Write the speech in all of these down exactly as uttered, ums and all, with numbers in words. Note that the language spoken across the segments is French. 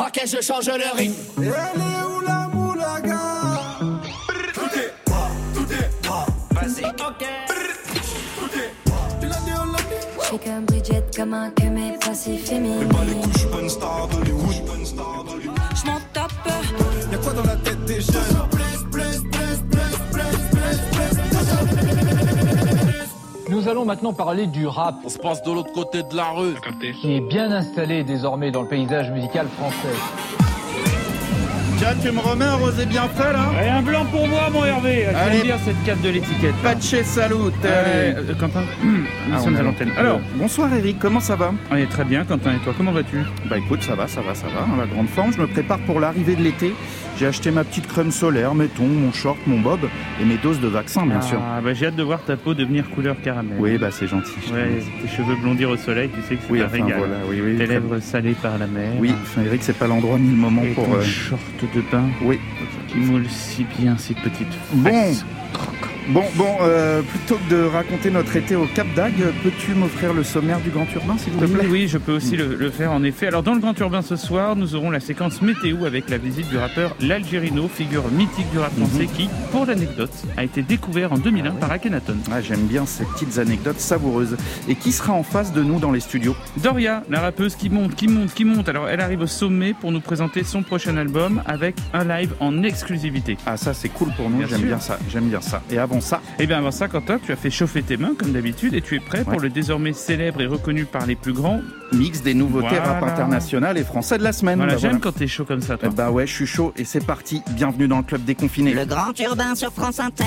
Ok, je change le rythme. Et elle est où la moulaga? Tout est moi, tout est moi. Vas-y, ok. Tout est moi. Tu l'as dit, on l'a dit. J'suis comme Bridget, comme que mes passifs féminines. Mais pas les couches, j'suis pas une star d'Hollywood. J'm'en tape. Y'a quoi dans la tête des jeunes? Nous allons maintenant parler du rap. On se passe de l'autre côté de la rue. Qui est bien installé désormais dans le paysage musical français. Tiens, tu me remets un rosé bien frais là? Et un blanc pour moi, mon Hervé. J'aime bien cette carte de l'étiquette. Pache salut. Euh, euh, Quentin, nous ah, sommes à l'antenne. Alors, bonsoir Eric, comment ça va? on est très bien, Quentin, et toi, comment vas-tu? Bah écoute, ça va, ça va, ça va, hein, la grande forme. Je me prépare pour l'arrivée de l'été. J'ai acheté ma petite crème solaire, mes tongs, mon short, mon bob et mes doses de vaccin, bien ah, sûr. Bah, j'ai hâte de voir ta peau devenir couleur caramel. Oui, bah c'est gentil. Ouais, tes cheveux blondir au soleil, tu sais que c'est oui, un enfin, régal. voilà, oui, oui, tes très... lèvres salées par la mer. Oui, enfin, Eric, c'est pas l'endroit ni le moment et pour... ton euh... short de bain. Oui. Qui moule si bien ces petites Bon. fesses. Bon, bon, euh, plutôt que de raconter notre été au Cap d'Agde, peux-tu m'offrir le sommaire du Grand Urbain, s'il te Oui, plaît? oui, je peux aussi le, le faire en effet. Alors dans le Grand Urbain ce soir, nous aurons la séquence météo avec la visite du rappeur L'Algérino, figure mythique du rap français mm-hmm. qui, pour l'anecdote, a été découvert en deux mille un ah, ouais. par Akhenaton. Ah, j'aime bien ces petites anecdotes savoureuses. Et qui sera en face de nous dans les studios? Doria, la rappeuse qui monte, qui monte, qui monte. Alors elle arrive au sommet pour nous présenter son prochain album avec un live en exclusivité. Ah ça c'est cool pour nous, bien j'aime sûr. bien ça, j'aime bien ça. Et avant ça? Eh bien avant ça, Quentin, tu as fait chauffer tes mains comme d'habitude et tu es prêt ouais. pour le désormais célèbre et reconnu par les plus grands mix des nouveautés voilà. rap international et français de la semaine. Voilà, bah, j'aime voilà. quand t'es chaud comme ça, toi. Bah ouais, je suis chaud et c'est parti. Bienvenue dans le club déconfiné. Le Grand Urbain sur France Inter.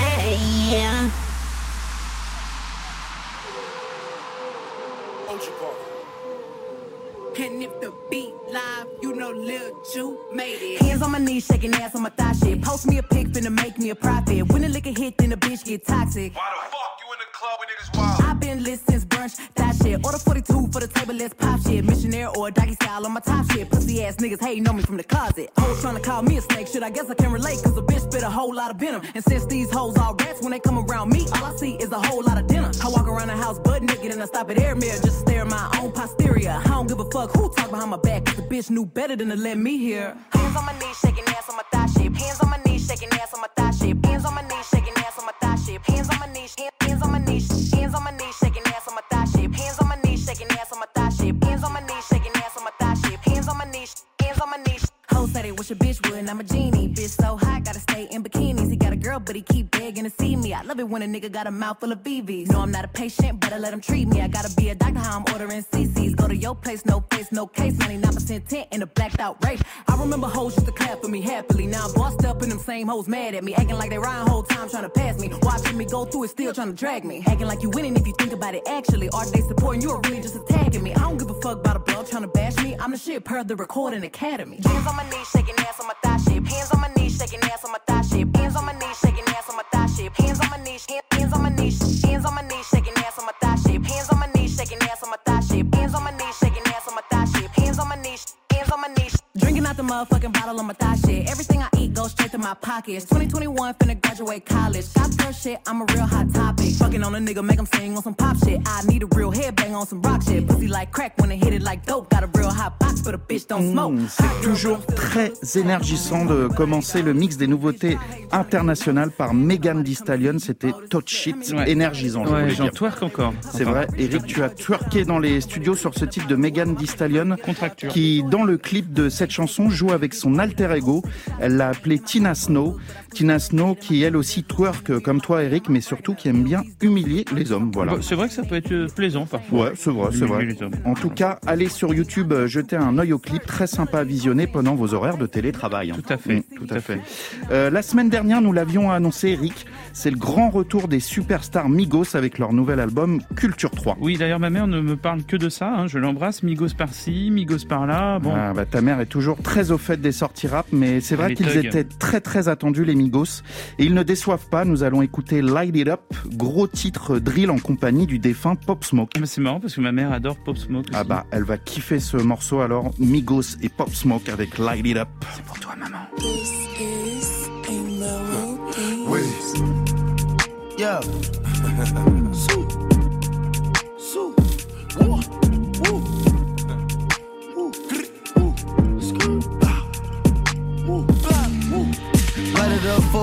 And if the beat live, you know Lil Ju made it. Hands on my knees, shaking ass on my thigh shit. Post me a pic, finna make me a profit. When the liquor hit, then the bitch get toxic. Why the fuck you in the club when niggas wild? I've been lit since brunch, that shit. Order forty-two for the table, let's pop shit. Missionaire or doggy style on my top shit. Pussy ass niggas hating on me from the closet. Hoes trying to call me a snake, shit, I guess I can relate. Cause a bitch spit a whole lot of venom. And since these hoes all rats, when they come around me, all I see is a whole lot of dinner. I walk around the house butt naked and I stop at air mirror just to stare at my own posterior. I don't give a fuck who talk behind my back, cause the bitch knew better than to let me hear. Hands on my knees, shaking ass on my thigh shape. Hands on my knees, shaking ass on my thigh shape. Hands on my knees, shaking ass on my thigh shape. Hands on my knees, hands on my knees, hands on my knees, shaking ass on my thigh shape. Hands on my knees, shaking ass on my thigh shape. Hands on my knees, shaking ass on my thigh shape. Hands on my knees, hands on my knees. Hoes said they wish a bitch would, and I'm a genie. Bitch so hot, gotta stay in bikinis. He got a girl, but he keep begging to see me. I love it when a nigga got a mouth full of B Vs. No, I'm not a patient, but I let him treat me. I gotta be a doctor, how I'm ordering C Cs. Go to your place, no face, no case. ninety-nine percent tint in a blacked out rape. I remember hoes used to clap for me happily. Now I'm bossed up and them same hoes mad at me. Acting like they riding whole time trying to pass me. Watching me go through it, still trying to drag me. Acting like you winning if you think about it actually. Are they supporting you or really just attacking me? I don't give a fuck about a blog trying to bash me. I'm the shit per the Recording Academy. Hands on my knees, shaking ass on my thigh shape. Hands on my knees, shaking ass on my thigh shape. Hands on my knees, shaking ass on my thigh shape. Hands on my knees, hands on my knees, hands on my knees, shaking ass on my thigh shape. Hands on my knees, shaking ass on my thigh shape. Hands on my knees, shaking ass on my thigh shape. Hands on my knees, hands on my knees. Drinking out the motherfucking bottle on my thigh shit. Everything I eat goes straight to my pockets. twenty twenty-one finna graduate college. Got girl shit, I'm a real hot topic. Fucking on a nigga, make him sing on some pop shit. I need a real headbang on some rock shit. Pussy like crack when it hit it like dope. Got a real hot box but a bitch don't smoke. Mmh, c'est toujours très énergisant de commencer le mix des nouveautés internationales par Megan Thee Stallion. C'était Touch It, ouais. énergisant. Je ouais, j'en twerk encore. C'est vrai. Eric, tu as twerké dans les studios sur ce titre de Megan Thee Stallion, qui dans le clip de cette chanson joue avec son alter ego. Elle l'a appelée Tina Snow. Tina Snow qui elle aussi twerk comme toi Eric, mais surtout qui aime bien humilier les hommes. Voilà. C'est vrai que ça peut être plaisant parfois. Ouais, c'est vrai, c'est vrai. En tout cas, allez sur YouTube jeter un œil au clip, très sympa à visionner pendant vos horaires de télétravail. Tout à fait. Mmh, tout, tout à fait. fait. Euh, la semaine dernière, nous l'avions annoncé, Eric, c'est le grand retour des superstars Migos avec leur nouvel album Culture trois. Oui, d'ailleurs, ma mère ne me parle que de ça. Hein. Je l'embrasse, Migos par-ci, Migos par-là. Bon. Ah, bah, ta mère est toujours très au fait des sorties rap, mais c'est vrai les qu'ils thugs. étaient très très attendus, les Migos. Et ils ne déçoivent pas. Nous allons écouter Light It Up, gros titre drill en compagnie du défunt Pop Smoke. Mais c'est marrant parce que ma mère adore Pop Smoke aussi. Ah bah, elle va kiffer ce morceau alors. Migos et Pop Smoke avec Light It Up. C'est pour toi, maman. This is a melody. Oui. Yeah. Sou. Sou. Woo. Woo. Woo. Woo.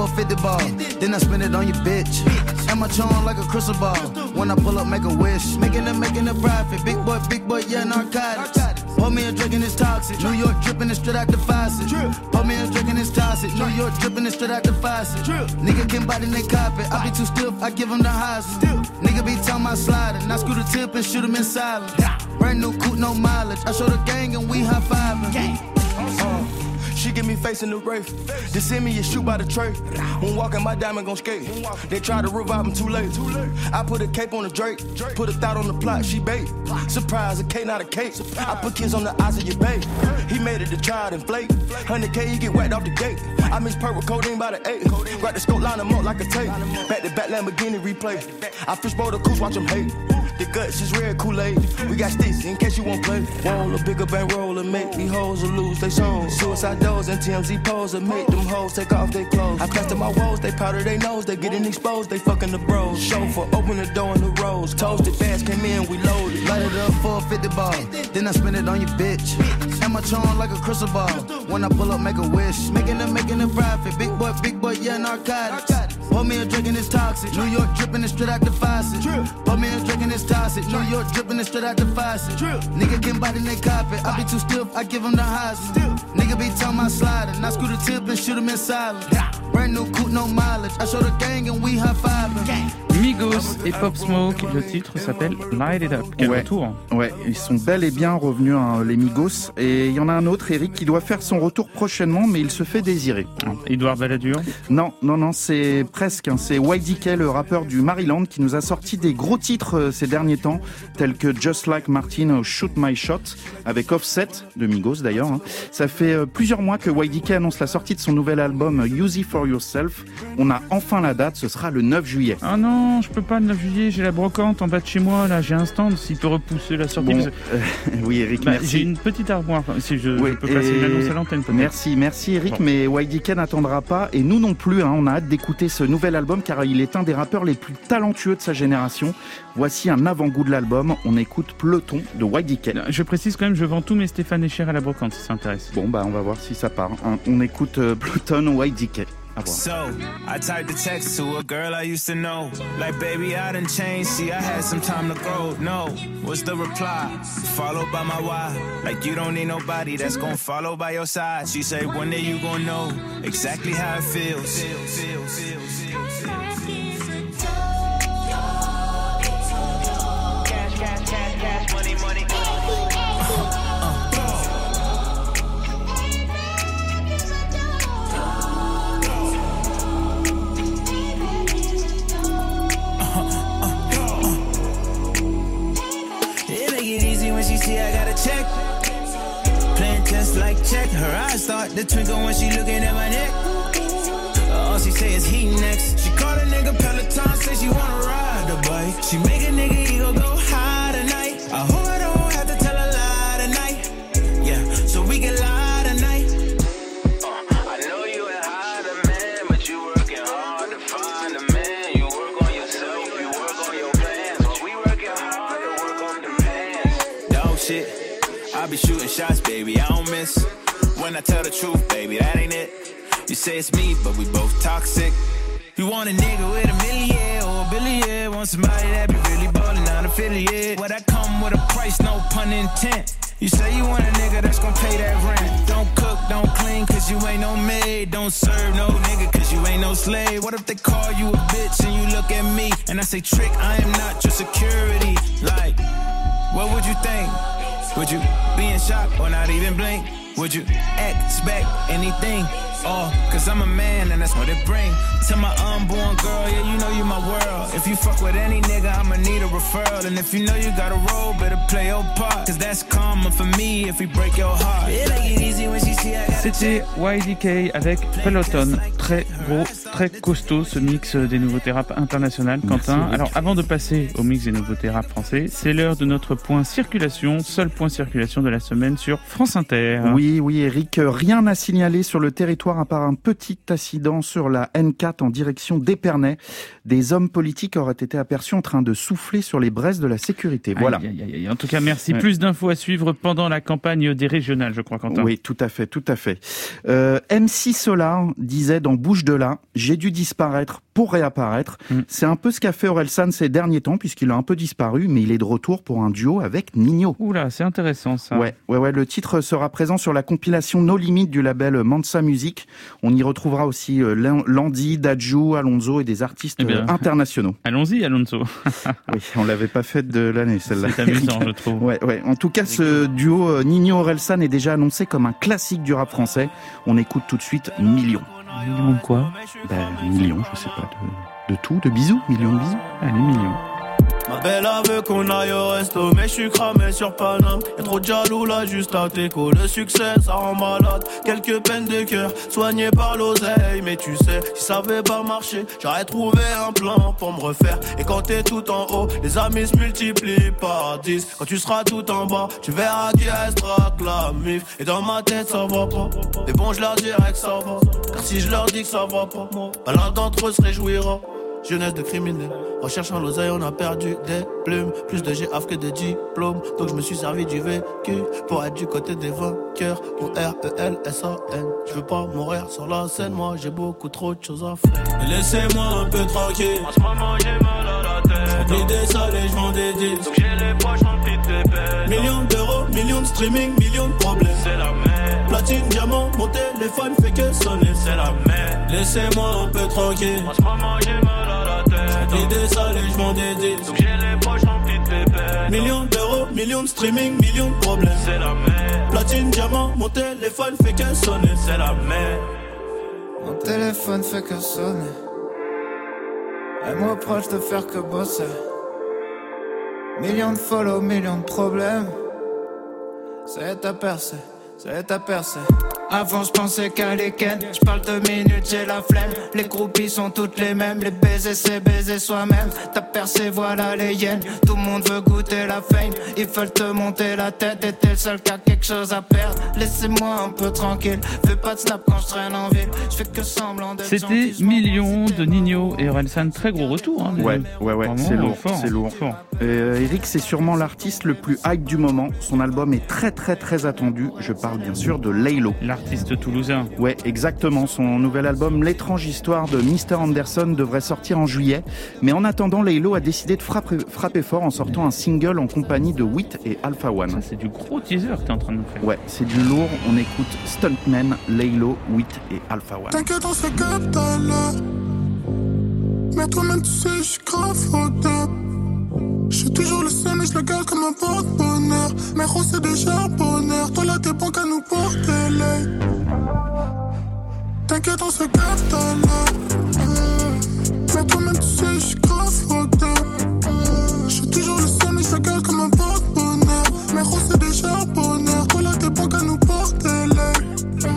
a fifty ball. Then I spend it on your bitch. And my charm like a crystal ball. When I pull up, make a wish. Making it, making it profit. Big boy, big boy, yeah, narcotics. Pour me a drink and it's toxic. New York dripping it straight out the faucet. Pour me a drink and it's toxic. New York dripping it straight out the faucet. Nigga can bite in their carpet. I be too stiff, I give him the highs. Nigga be talking about sliding. I screw the tip and shoot him in silence. Brand new coupe, no mileage. I show the gang and we high fiving. Uh, she give me face in the Wraith. They send me a shoot by the tray. When walking, my diamond gon' skate. They try to revive him too late. I put a cape on the Drake. Put a thought on the plot, she bait. Surprise, a K, not a cake. I put kids on the eyes of your babe. He made it to try and inflate. one hundred K, he get whacked off the gate. I mix perk with codeine by the eight. Grab the scope, line him up like a tape. Back to back Lamborghini replay. I fishbowl the coos, watch him hate. The guts is red Kool-Aid. We got sticks in case you won't play. Roll a bigger bankroll and make these hoes or lose they soul. Suicide doors and T M Z pose and make them hoes take off their clothes. I plaster my woes, they powder their nose, they getting exposed, they fucking the bros. Chauffeur, open the door in the rose. Toasted fast, came in, we loaded. Light it up for a fifty ball. Then I spend it on your bitch. And my charm like a crystal ball. When I pull up, make a wish. Making it, making it profit. Big boy, big boy, yeah, narcotics. Pour me a drink and it's toxic. New York dripping it straight out the faucet. Pour me a drink and it's toxic. New York dripping it straight out the faucet. Nigga can bite in their carpet. I be too stiff, I give him the highs. Nigga be talking about sliding. I screw the tip and shoot him in silence. Brand new coupe, no mileage. I show the gang and we high fiving. Migos et Pop Smoke, le titre s'appelle Light It Up. Quel ouais. retour. Ouais, ils sont bel et bien revenus, hein, les Migos. Et il y en a un autre, Eric, qui doit faire son retour prochainement, mais il se fait désirer. Edouard Balladur? Non, non, non, c'est presque. Hein, c'est Y D K, le rappeur du Maryland, qui nous a sorti des gros titres euh, ces derniers temps, tels que Just Like Martin ou Shoot My Shot, avec Offset, de Migos d'ailleurs. Hein. Ça fait euh, plusieurs mois que Y D K annonce la sortie de son nouvel album Use It For Yourself. On a enfin la date, ce sera le neuf juillet. Ah non, je peux pas le neuf juillet, j'ai la brocante en bas de chez moi, là j'ai un stand, s'il peut repousser la sortie. Bon, que... euh, oui Eric, bah, merci. J'ai une petite armoire, si je, oui, je peux passer une annonce à l'antenne peut-être. Merci, merci Eric, bon. Mais Y D K n'attendra pas, et nous non plus, hein, on a hâte d'écouter ce nouvel album car il est un des rappeurs les plus talentueux de sa génération. Voici un avant-goût de l'album, on écoute Peloton de Y D K. Je précise quand même, je vends tous mes Stéphane Echer à la brocante, si ça intéresse. Bon bah on va voir si ça part. Hein. On écoute euh, Peloton Y D K. So, I typed a text to a girl I used to know. Like, baby, I done changed. See, I had some time to grow. No, what's the reply? Followed by my why. Like, you don't need nobody that's gon' follow by your side. She say, one day you gon' know exactly how it feels. Cash, cash, cash, cash, money, money. See, I got a check. Playing just like check. Her eyes start to twinkle when she looking at my neck. All she say is he next. She called a nigga Peloton, say she wanna ride the bike. She make a nigga ego go high tonight. I hope I don't have to tell a lie tonight. Yeah, so we can lie tonight. Uh, I know you ain't hide a man, but you working hard to find a man. You work on yourself, you work on your plans. But we working hard to work on the man. Dog shit, I be shooting shots, baby, I don't miss. When I tell the truth, baby, that ain't it. You say it's me, but we both toxic. You want a nigga with a million or a billion. Want somebody that be really ballin', not affiliate. Well, that come with a price, no pun intent. You say you want a nigga that's gon' pay that rent. Don't cook, don't clean, cause you ain't no maid. Don't serve no nigga, cause you ain't no slave. What if they call you a bitch and you look at me and I say, Trick, I am not your security. Like, what would you think? Would you be in shock or not even blink? Would you expect anything? Oh, cause I'm a man and that's what it bring. To my unborn girl, yeah, you know you my world. If you fuck with any nigga, I'ma need a referral. And if you know you got a role, better play your part. Cause that's karma for me if we break your heart. C'était Y D K avec Peloton. Très gros, très costaud ce mix des nouveautés rap internationales. Quentin, merci. Alors avant de passer au mix des nouveautés rap français, c'est l'heure de notre point circulation, seul point circulation de la semaine sur France Inter. Oui, oui Eric, rien à signaler sur le territoire à part un petit accident sur la N quatre en direction d'Épernay. Des hommes politiques auraient été aperçus en train de souffler sur les braises de la sécurité. Voilà. Aïe, aïe, aïe. En tout cas, merci. Ouais. Plus d'infos à suivre pendant la campagne des régionales, je crois, Quentin. Oui, tout à fait, tout à fait. Euh, M C Solar disait dans bouge de là, j'ai dû disparaître pour réapparaître. Mm. C'est un peu ce qu'a fait Orelsan ces derniers temps, puisqu'il a un peu disparu, mais il est de retour pour un duo avec Ninho. Oula, c'est intéressant ça. Ouais, ouais, ouais. Le titre sera présent sur la compilation No Limit du label Mansa Music. On y retrouvera aussi euh, Landy, Dadju, Alonso et des artistes eh bien, euh, internationaux. Allons-y, Alonso. Oui, on l'avait pas faite de l'année, celle-là. C'est amusant, je trouve. Ouais, ouais. En tout cas, ce duo euh, Ninho-Orelsan est déjà annoncé comme un classique du rap français. On écoute tout de suite Millions. Millions de quoi? Ben, millions, je sais pas, de, de tout, de bisous, millions de bisous. Allez, millions. Ma belle elle veut qu'on aille au resto, mais je suis cramé sur Paname. Y'a trop de jaloux là, juste à t'écho. Le succès, ça rend malade. Quelques peines de cœur, soignées par l'oseille. Mais tu sais, si ça avait pas marché, j'aurais trouvé un plan pour me refaire. Et quand t'es tout en haut, les amis se multiplient par dix. Quand tu seras tout en bas, tu verras qui restera que la mif. Et dans ma tête, ça va pas. Mais bon, je leur dirai que ça va. Car si je leur dis que ça va pas, bah l'un d'entre eux se réjouira. Jeunesse de criminel, recherchant l'oseille, on a perdu des plumes. Plus de G A F que de diplômes. Donc je me suis servi du vécu pour être du côté des vainqueurs. Pour R E L S A N. Je veux pas mourir sur la scène, moi j'ai beaucoup trop de choses à faire. Mais laissez-moi un peu tranquille. En ce moment j'ai mal à la tête. Rempli des salles et je vends des disques. Donc j'ai les poches remplies de pépettes. Millions d'euros, millions de streaming, millions de problèmes. C'est la merde. Platine, diamant, mon téléphone fait que sonner. C'est la merde. Laissez-moi un peu tranquille. En ce moment j'ai mal à la tête. Rempli des salles et je vends des disques. Donc j'ai les poches remplies de pépettes. Millions d'euros, millions de streaming, millions de problèmes. C'est la merde. Platine, diamant, mon téléphone fait que sonner. C'est la merde. Mon téléphone fait que sonner. Et moi proche de faire que bosser. Millions de follow, millions de problèmes. C'est ta percée, c'est ta percée. Avant je pensais qu'à les ken. Je parle de minutes, j'ai la flemme. Les groupies sont toutes les mêmes. Les baisers c'est baiser soi-même. T'as percé, voilà les yens. Tout le monde veut goûter la fame. Ils veulent te monter la tête. Et t'es le seul qui a quelque chose à perdre. Laissez-moi un peu tranquille. Fais pas de snap quand je traîne en ville. Je fais que semblant d'être C'était Millions de Ninho et Orelsan. Très gros retour hein, Ouais, ouais, ouais, c'est lourd, fort, c'est lourd. Fort. Euh, Eric, c'est sûrement l'artiste le plus hype du moment. Son album est très très très attendu. Je parle bien sûr de Laylo. L'artiste toulousain. Ouais, exactement. Son nouvel album, L'étrange histoire de mister Anderson, devrait sortir en juillet. Mais en attendant, Laylo a décidé de frapper, frapper fort en sortant un single en compagnie de Witt et Alpha One. Ça, c'est du gros teaser que t'es en train de nous faire. Ouais, c'est du lourd. On écoute Stuntman, Laylo, Witt et Alpha One. T'inquiète, on se capte à l'heure. Mais toi-même, tu sais, je suis grave fucked up. Je suis toujours le seul, mais je le garde comme un porte-bonheur. Mais gros, c'est déjà bonheur. Toi, là, t'es bon qu'à nous porter l'œil. T'inquiète, on se capte à l'heure. Mais toi-même, tu sais, je suis grave fucked up. Je suis toujours le seul, mais je le garde comme un porte-bonheur. Mais gros, c'est déjà bonheur. Toi, là, t'es bon qu'à nous porter l'œil.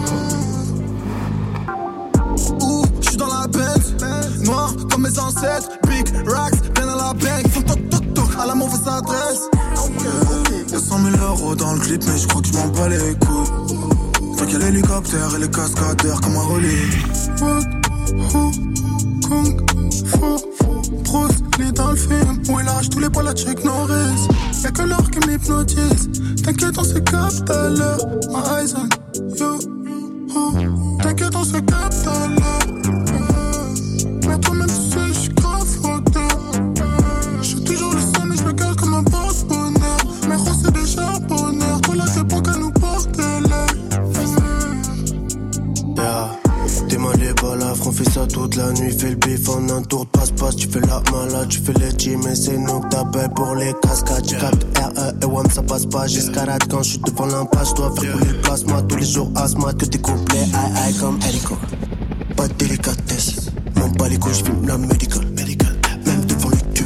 Ouh, je suis dans la bête. Noir comme mes ancêtres. Big racks, plein à la banque. Ils font toc toc toc à la mauvaise adresse. Y'a cent mille euros dans le clip, mais je crois que je m'en bats les couilles. Fait qu'il y a l'hélicoptère et les cascadeurs comme un relais. What, who, kung, fu, Bruce Lee dans le film où il arrache tous les poils à Chuck Norris. Y'a que l'or qui m'hypnotise. T'inquiète, on se capte à l'heure. My eyes on you. Oh. T'inquiète, on se capte à l'heure. Mais toi-même, tu sais, je suis grave fucked up. Je suis toujours le seul, mais je me garde comme un porte-bonheur. Mais gros, c'est déjà bonheur. Toi, là, t'es bon qu'à nous porter l'œil. Yeah. T'es mal les balafres, on fait ça toute la nuit. Fais le bif en un tour de passe-passe. Tu fais la malade, tu fais les gym. Et c'est nous que t'appelles pour les cascades. Tu captes R E et one, ça passe pas. J'escarade quand je suis devant l'impasse. Je dois faire couler le plasma tous les jours. Asthma, que tes couplets. Aïe aïe comme hélico. Pas de délicatesse. M'en bats les couilles, j'fume la médicale. Même devant le tube.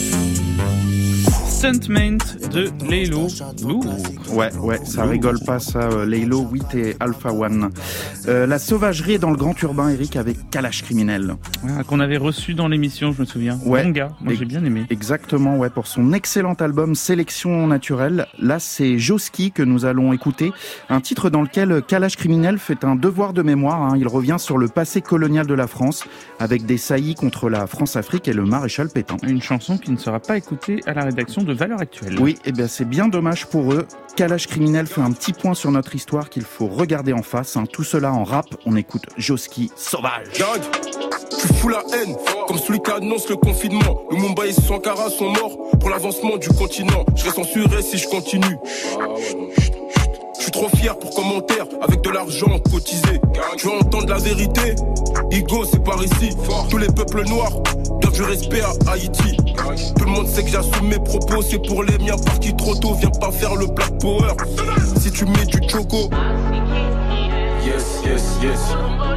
Stuntman de Laylo. Lourd. Ouais, ouais, ça rigole pas ça, euh, Laylo, Witt et Alpha One. Euh, la sauvagerie est dans le grand urbain, Eric, avec Kalash Criminel. Ah, qu'on avait reçu dans l'émission, je me souviens. Ouais. Bon gars, moi j'ai bien aimé. Exactement, ouais, pour son excellent album Sélection naturelle. Là, c'est Joski que nous allons écouter. Un titre dans lequel Kalash Criminel fait un devoir de mémoire. Hein. Il revient sur le passé colonial de la France, avec des saillies contre la France-Afrique et le maréchal Pétain. Une chanson qui ne sera pas écoutée à la rédaction de valeurs actuelles. Oui, et bien c'est bien dommage pour eux. Kalash Criminel fait un petit point sur notre histoire qu'il faut regarder en face. Hein. Tout cela en rap, on écoute Joski Sauvage. Gang, tu fous la haine, comme celui qui annonce le confinement. Le Mumbai et Sankara sont morts pour l'avancement du continent. Je serai censuré si je continue. Je suis trop fier pour commentaire, avec de l'argent cotisé. Tu veux entendre la vérité? Igo, c'est par ici. Tous les peuples noirs doivent du respect à Haïti. Tout le monde sait que j'assume mes propos, c'est pour les miens partis trop tôt. Viens pas faire le black power si tu mets du choco. Yes, yes, yes.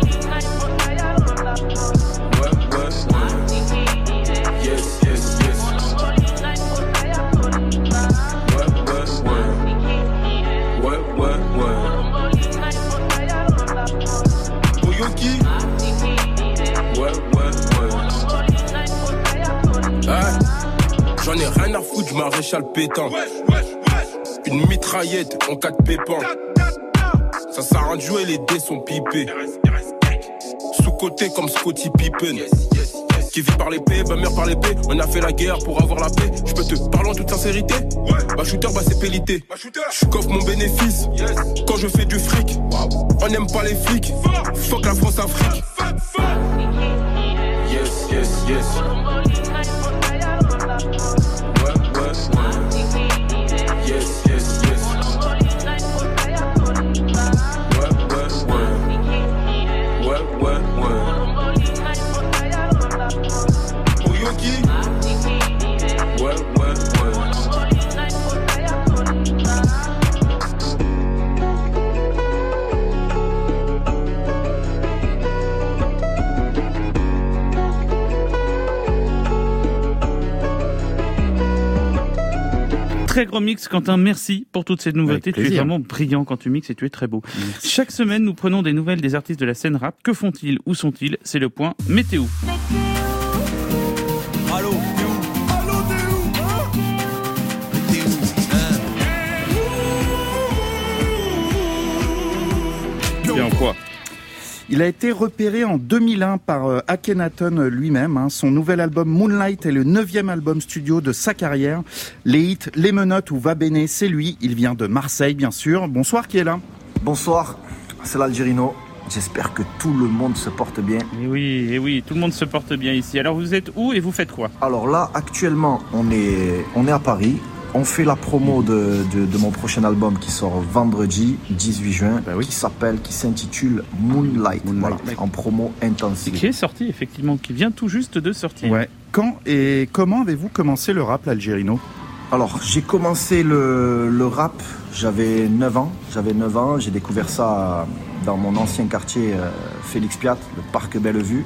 Ouais, ouais, ouais. Yes, yes, yes. Ouais, ouais, ouais. Ouais, ouais, ouais. Oyoki. Ouais, ouais, ouais. Hey, j'en ai rien à foutre, j'maréchal pétain. Une mitraillette en cas de pépin. Ça sert à rien de jouer, les dés sont pipés. Sous-côté comme Scottie Pippen. Qui vit par l'épée, bah meurt par l'épée. On a fait la guerre pour avoir la paix. Je peux te parler en toute sincérité. Bah shooter, bah c'est pélité. Je coffre mon bénéfice quand je fais du fric. On n'aime pas les flics. Fuck la France Afrique. Yes, yes, yes. Ouais, ouais, ouais. Yes, yes, yes. Ouais, ouais, ouais. Ouais, ouais, ouais. Oyoki. Ouais, ouais, ouais. Très gros mix, Quentin, merci pour toutes ces nouveautés. Tu es vraiment brillant quand tu mixes et tu es très beau. Merci. Chaque semaine, nous prenons des nouvelles des artistes de la scène rap. Que font-ils? Où sont-ils? C'est le point météo. Allô, t'es où? Allô, t'es où? Hein? T'es où? Hein? Bien quoi? Il a été repéré en deux mille un par euh, Akhenaton lui-même. Hein. Son nouvel album Moonlight est le neuvième album studio de sa carrière. Les hits, Les Menottes ou Va Bene, c'est lui. Il vient de Marseille, bien sûr. Bonsoir, qui est là? Bonsoir, c'est l'Algérino. J'espère que tout le monde se porte bien. Et oui, et oui, tout le monde se porte bien ici. Alors vous êtes où et vous faites quoi? Alors là, actuellement, on est, on est à Paris. On fait la promo de, de, de mon prochain album qui sort vendredi dix-huit juin, bah oui. qui s'appelle, qui s'intitule Moonlight, Moonlight. Voilà, en promo intensive. Et qui est sorti effectivement, qui vient tout juste de sortir. Ouais. Quand et comment avez-vous commencé le rap, l'Algérino? Alors, j'ai commencé le, le rap, j'avais neuf ans. J'avais neuf ans, j'ai découvert ça dans mon ancien quartier, euh, Félix Piat, le parc Bellevue.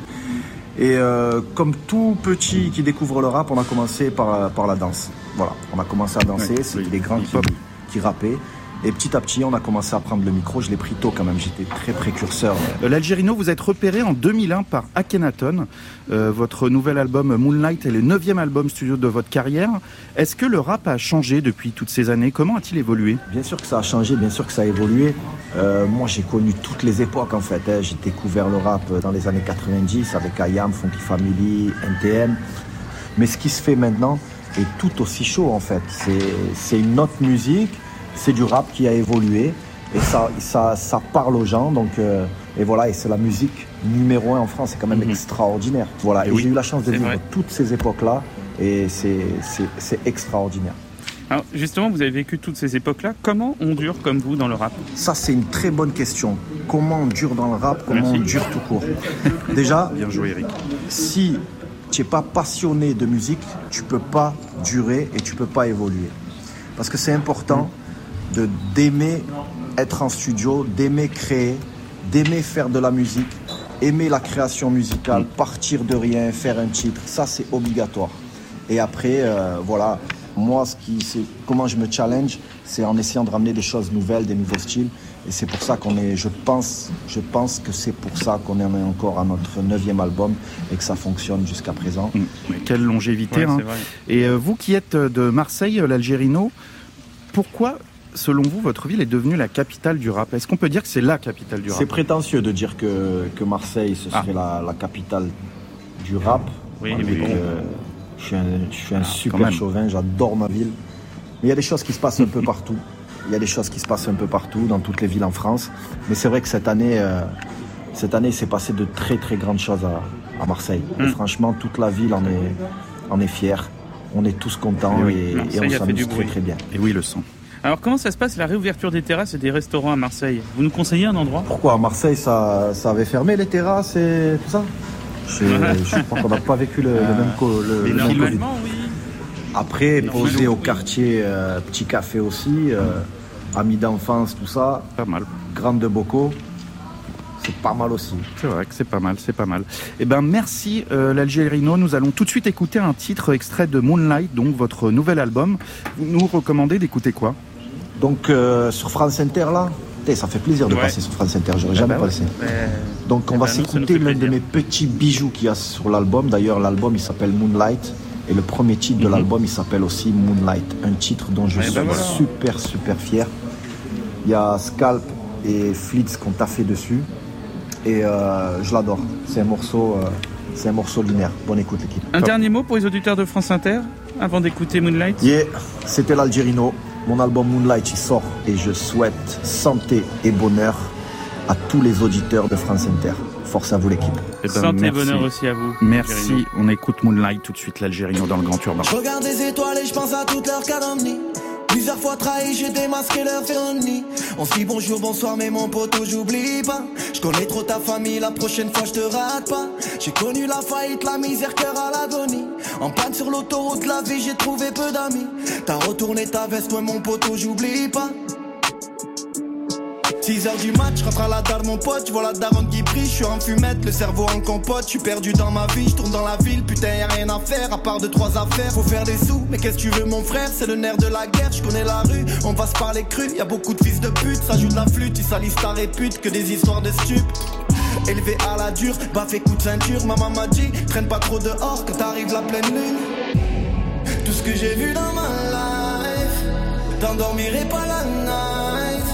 Et euh, comme tout petit qui découvre le rap, on a commencé par, par la danse. Voilà, on a commencé à danser, ouais, c'était oui, des grands qui, qui rappaient. Et petit à petit, on a commencé à prendre le micro. Je l'ai pris tôt quand même, j'étais très précurseur. L'Algérino, vous êtes repéré en deux mille un par Akhenaton. Euh, votre nouvel album Moonlight est le neuvième album studio de votre carrière. Est-ce que le rap a changé depuis toutes ces années? Comment a-t-il évolué? Bien sûr que ça a changé, bien sûr que ça a évolué. Euh, moi, j'ai connu toutes les époques en fait. Hein. J'ai découvert le rap dans les années quatre-vingt-dix avec I A M, Funky Family, N T M. Mais ce qui se fait maintenant est tout aussi chaud en fait. C'est, c'est une autre musique. C'est du rap qui a évolué et ça, ça, ça parle aux gens. Donc, euh, et voilà, et c'est la musique numéro un en France. C'est quand même mmh. extraordinaire. Voilà, et, et oui, j'ai eu la chance de vivre vrai. toutes ces époques-là et c'est, c'est, c'est extraordinaire. Alors justement, vous avez vécu toutes ces époques-là. Comment on dure comme vous dans le rap? Ça, c'est une très bonne question. Comment on dure dans le rap? Comment Merci. on dure tout court? Déjà, bien joué, Eric. Si tu n'es pas passionné de musique, tu ne peux pas durer et tu ne peux pas évoluer. Parce que c'est important mmh. de, d'aimer être en studio, d'aimer créer, d'aimer faire de la musique, aimer la création musicale, mmh. partir de rien, faire un titre. Ça, c'est obligatoire. Et après, euh, voilà, moi, ce qui, c'est, comment je me challenge, c'est en essayant de ramener des choses nouvelles, des nouveaux styles. Et c'est pour ça qu'on est, je pense, je pense que c'est pour ça qu'on en est encore à notre neuvième album et que ça fonctionne jusqu'à présent. Mmh. Quelle longévité, ouais, hein. Et euh, vous qui êtes de Marseille, l'Algérino, pourquoi, selon vous, votre ville est devenue la capitale du rap? Est-ce qu'on peut dire que c'est la capitale du rap? C'est prétentieux de dire que, que Marseille, ce serait ah. la, la capitale du rap. Oui, avec, mais bon. euh, Je suis un, je suis un ah, super chauvin, j'adore ma ville. Mais il y a des choses qui se passent un peu partout. Il y a des choses qui se passent un peu partout, dans toutes les villes en France. Mais c'est vrai que cette année, euh, cette année, il s'est passé de très très grandes choses à, à Marseille. Mmh. Et franchement, toute la ville en est, en est fière. On est tous contents et, oui, et, et on s'amuse très très bien. Et oui, le son. Alors comment ça se passe la réouverture des terrasses et des restaurants à Marseille? Vous nous conseillez un endroit? Pourquoi à Marseille ça, ça avait fermé les terrasses et tout ça? Je, je crois qu'on n'a pas vécu le, ah. le même co, le, Mais le normalement oui. Après poser au quartier, euh, petit café aussi, euh, amis d'enfance, tout ça. Pas mal. Grande de Bocaux. C'est pas mal aussi. C'est vrai que c'est pas mal, c'est pas mal. Eh ben merci euh, l'Algérino. Nous allons tout de suite écouter un titre extrait de Moonlight, donc votre nouvel album. Vous nous recommandez d'écouter quoi? Donc euh, sur France Inter là, ça fait plaisir de ouais. passer sur France Inter, j'aurais ah jamais bah passé. Ouais. Donc on va bah s'écouter l'un de mes petits bijoux qu'il y a sur l'album. D'ailleurs l'album il s'appelle Moonlight et le premier titre mm-hmm. de l'album il s'appelle aussi Moonlight. Un titre dont je ouais, suis bah voilà. super super fier. Il y a Scalp et Flitz qu'on t'a fait dessus. Et euh, je l'adore. C'est un morceau, euh, c'est un morceau linéaire. Bonne écoute l'équipe. Un Top. Dernier mot pour les auditeurs de France Inter avant d'écouter Moonlight. Yeah, c'était l'Algérino. Mon album Moonlight il sort et je souhaite santé et bonheur à tous les auditeurs de France Inter. Force à vous l'équipe. Eh ben, santé et bonheur aussi à vous. Merci. Algérino. On écoute Moonlight tout de suite, l'Algérino dans le Grand Urbain. Je regarde les étoiles et je pense à toutes leurs calomnies. Plusieurs fois trahi, j'ai démasqué leur féronie. On se dit bonjour, bonsoir, mais mon poteau, j'oublie pas. Je connais trop ta famille, la prochaine fois je te rate pas. J'ai connu la faillite, la misère, cœur à l'agonie. En panne sur l'autoroute de la vie, j'ai trouvé peu d'amis. T'as retourné ta veste, ouais mon poteau, j'oublie pas. six heures du match, rentre à la dalle mon pote, j'vois la daronne qui prie, je suis en fumette, le cerveau en compote, je suis perdu dans ma vie, je tourne dans la ville, putain y'a rien à faire, à part deux trois affaires, faut faire des sous, mais qu'est-ce que tu veux mon frère, c'est le nerf de la guerre, je connais la rue, on passe par les crues, y'a beaucoup de fils de pute, ça joue de la flûte, ils salissent ta répute, que des histoires de stupes. Élevé à la dure, baffé coup de ceinture, maman m'a dit, traîne pas trop dehors quand t'arrives la pleine lune. Tout ce que j'ai vu dans ma life, t'endormirai pas la night.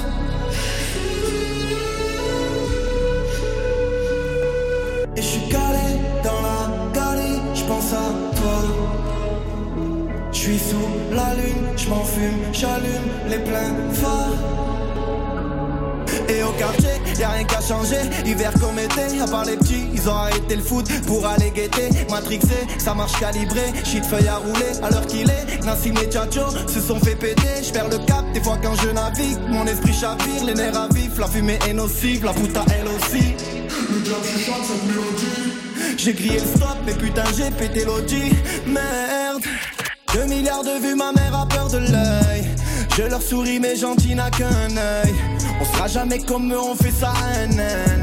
Et je suis calé dans la galerie, je pense à toi. Je suis sous la lune, je m'enfume, j'allume les pleins phares. Et au quartier, y'a rien qu'à changer, hiver comme été, à part les petits, ils ont arrêté le foot pour aller guetter. Matrixé, ça marche calibré, shit feuille à rouler, à l'heure qu'il est, Nassim et Tchatcho se sont fait péter, j'perds le cap, des fois quand je navigue, mon esprit chavire, les nerfs à vif, la fumée est nocive, la puta elle aussi. J'ai crié le stop, mais putain j'ai pété l'audi. Merde. Deux milliards de vues, ma mère a peur de l'œil. Je leur souris, mais gentil n'a qu'un œil. On sera jamais comme eux, on fait ça à un N.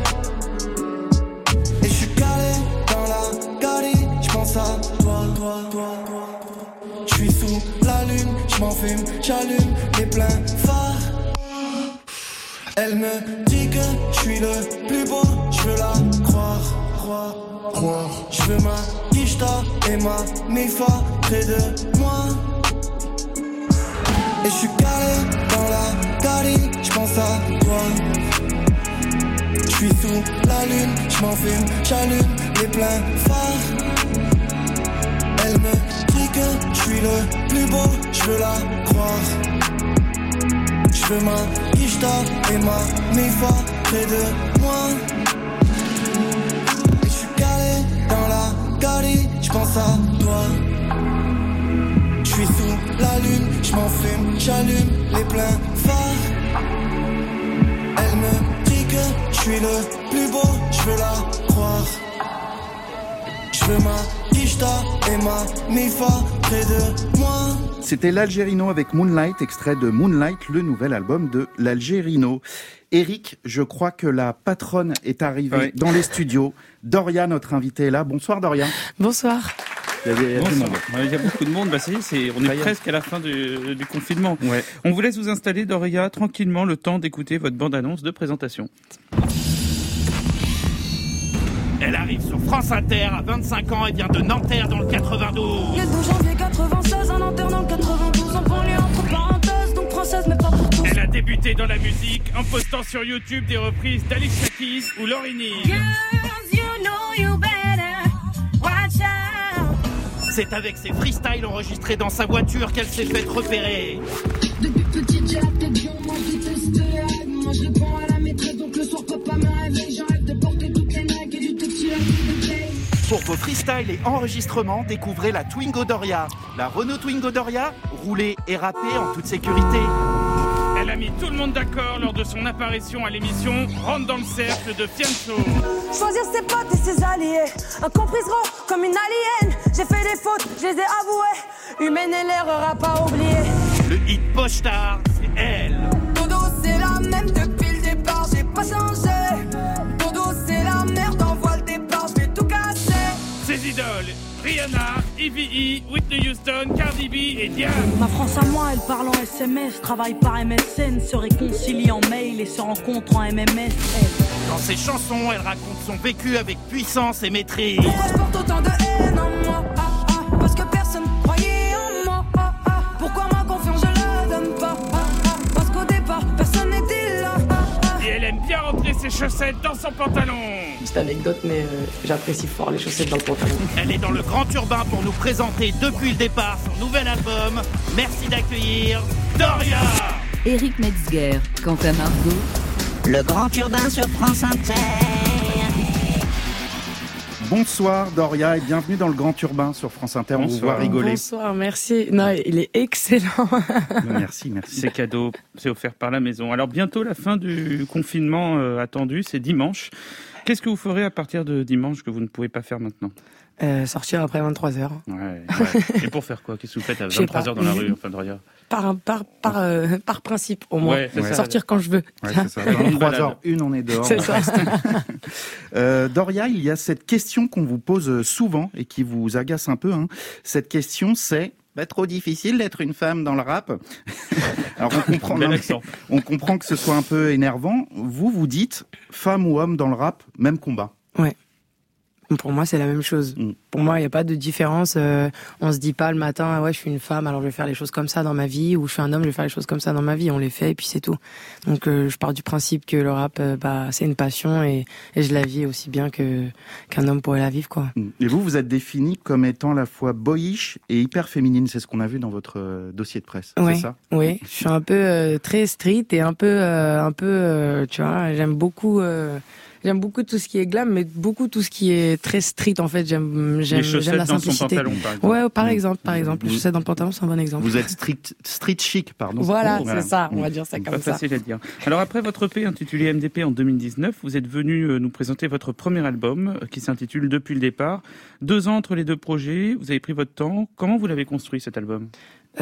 Et je suis calé dans la galerie, je pense à toi, toi, toi, toi. Je suis sous la lune, je m'enfume, j'allume les pleins phares. Elle me dit que je suis le plus beau, je veux la croire, croire, croire. Je veux ma Kishta et ma Mifa près de moi. Et je suis calé dans la galerie, je pense à toi. Je suis sous la lune, je m'enfume, j'allume les pleins phares. Elle me dit que je suis le plus beau, je veux la croire. Je veux ma Kishta et ma Mifa près de moi. Et je suis calé dans la galerie, je pense à toi. Je suis sous la lune, je m'enfume, j'allume les pleins phares. Elle me dit que je suis le plus beau, je veux la croire. Je veux ma Kishta et ma Mifa près de moi. C'était l'Algérino avec Moonlight, extrait de Moonlight, le nouvel album de l'Algérino. Eric, je crois que la patronne est arrivée oui. dans les studios. Doria, notre invitée, est là. Bonsoir Doria. Bonsoir. Il y a, il y a, Bonsoir. Il y a beaucoup de monde. Bah, c'est, c'est, on est presque à la fin du, du confinement. Ouais. On vous laisse vous installer, Doria, tranquillement, le temps d'écouter votre bande-annonce de présentation. Elle arrive sur France Inter à vingt-cinq ans et vient de Nanterre dans le quatre-vingt-douze. Le douze janvier quatre-vingt-seize, à Nanterre dans le quatre-vingt-douze, en banlieue entre parenthèses, donc française mais pas pour tous. Elle a débuté dans la musique en postant sur YouTube des reprises d'Alicia Keys ou Lauryn Hill. You know you better watch out. C'est avec ses freestyles enregistrés dans sa voiture qu'elle s'est faite repérer. Depuis petite, j'ai la tête bien, moi je déteste les règles. Moi je réponds à la maîtresse, donc le soir papa me réveille. J'arrête de porter toutes les nagues et du textile à tout de play. Pour vos freestyles et enregistrements, découvrez la Twingo Doria. La Renault Twingo Doria, roulée et râpée en toute sécurité. Elle a mis tout le monde d'accord lors de son apparition à l'émission Rentre dans le cercle de Fianso. Choisir ses potes et ses alliés, incompriseront comme une alien. J'ai fait des fautes, je les ai avouées. Humaine et l'erreur à pas oublier. Le hit Pochard, c'est elle. Dodo, c'est la même depuis le départ, j'ai pas changé. Dodo, c'est la merde, envoie le départ, je vais tout casser. Ses idoles, Rihanna, Ivy E, Whitney Houston, Cardi B et Diane. Ma France à moi, elle parle en S M S, travaille par M S N, se réconcilie en mail et se rencontre en M M S. Elle. Dans ses chansons, elle raconte son vécu avec puissance et maîtrise. Pourquoi je porte autant de haine en moi? ah, ah, Parce que personne croyait en moi. ah, ah, Pourquoi ma confiance je la donne pas? ah, ah, Parce qu'au départ, personne n'était là. ah, ah. Et elle aime bien rentrer ses chaussettes dans son pantalon. Petite anecdote, mais euh, j'apprécie fort les chaussettes dans le pantalon. Elle est dans le Grand Urbain pour nous présenter depuis le départ son nouvel album. Merci d'accueillir Doria. Éric Metzger, quant à Margot, le Grand Urbain sur France Inter. Bonsoir Doria et bienvenue dans le Grand Urbain sur France Inter. On vous voit rigoler. Bonsoir, merci. Non, il est excellent. Merci, merci. C'est cadeau, c'est offert par la maison. Alors bientôt la fin du confinement euh, attendu, c'est dimanche. Qu'est-ce que vous ferez à partir de dimanche que vous ne pouvez pas faire maintenant? euh, Sortir après vingt-trois heures. Ouais, ouais. Et pour faire quoi? Qu'est-ce que vous faites à vingt-trois heures dans la rue, enfin Doria? Par, par, par, euh, par principe, au moins. Ouais, ouais. Sortir quand je veux. Ouais, c'est ça. vingt-trois heures une, on est dehors. C'est ça. euh, Doria, il y a cette question qu'on vous pose souvent et qui vous agace un peu. Hein. Cette question, c'est... Bah, trop difficile d'être une femme dans le rap. Alors on comprend, non, on comprend que ce soit un peu énervant. Vous, vous dites, femme ou homme dans le rap, même combat. Ouais. Pour moi, c'est la même chose. Mm. Pour moi, il n'y a pas de différence. Euh, on se dit pas le matin, ah ouais, je suis une femme, alors je vais faire les choses comme ça dans ma vie, ou je suis un homme, je vais faire les choses comme ça dans ma vie. On les fait et puis c'est tout. Donc, euh, je pars du principe que le rap, euh, bah, c'est une passion et, et je la vis aussi bien que qu'un homme pourrait la vivre, quoi. Et vous, vous êtes définie comme étant à la fois boyish et hyper féminine. C'est ce qu'on a vu dans votre euh, dossier de presse. Ouais, c'est ça? Oui. Je suis un peu euh, très street et un peu, euh, un peu, euh, tu vois, j'aime beaucoup. Euh, J'aime beaucoup tout ce qui est glam, mais beaucoup tout ce qui est très street, en fait. J'aime, j'aime, j'aime la simplicité. Pantalon, par exemple. Ouais, par exemple, par exemple. Les chaussettes dans le pantalon, c'est un bon exemple. Vous êtes street, street chic, pardon. Voilà, c'est voilà. ça. On va dire ça comme Pas ça. Facile à dire. Alors après votre E P intitulé M D P en deux mille dix-neuf, vous êtes venu nous présenter votre premier album qui s'intitule Depuis le départ. Deux ans entre les deux projets. Vous avez pris votre temps. Comment vous l'avez construit cet album?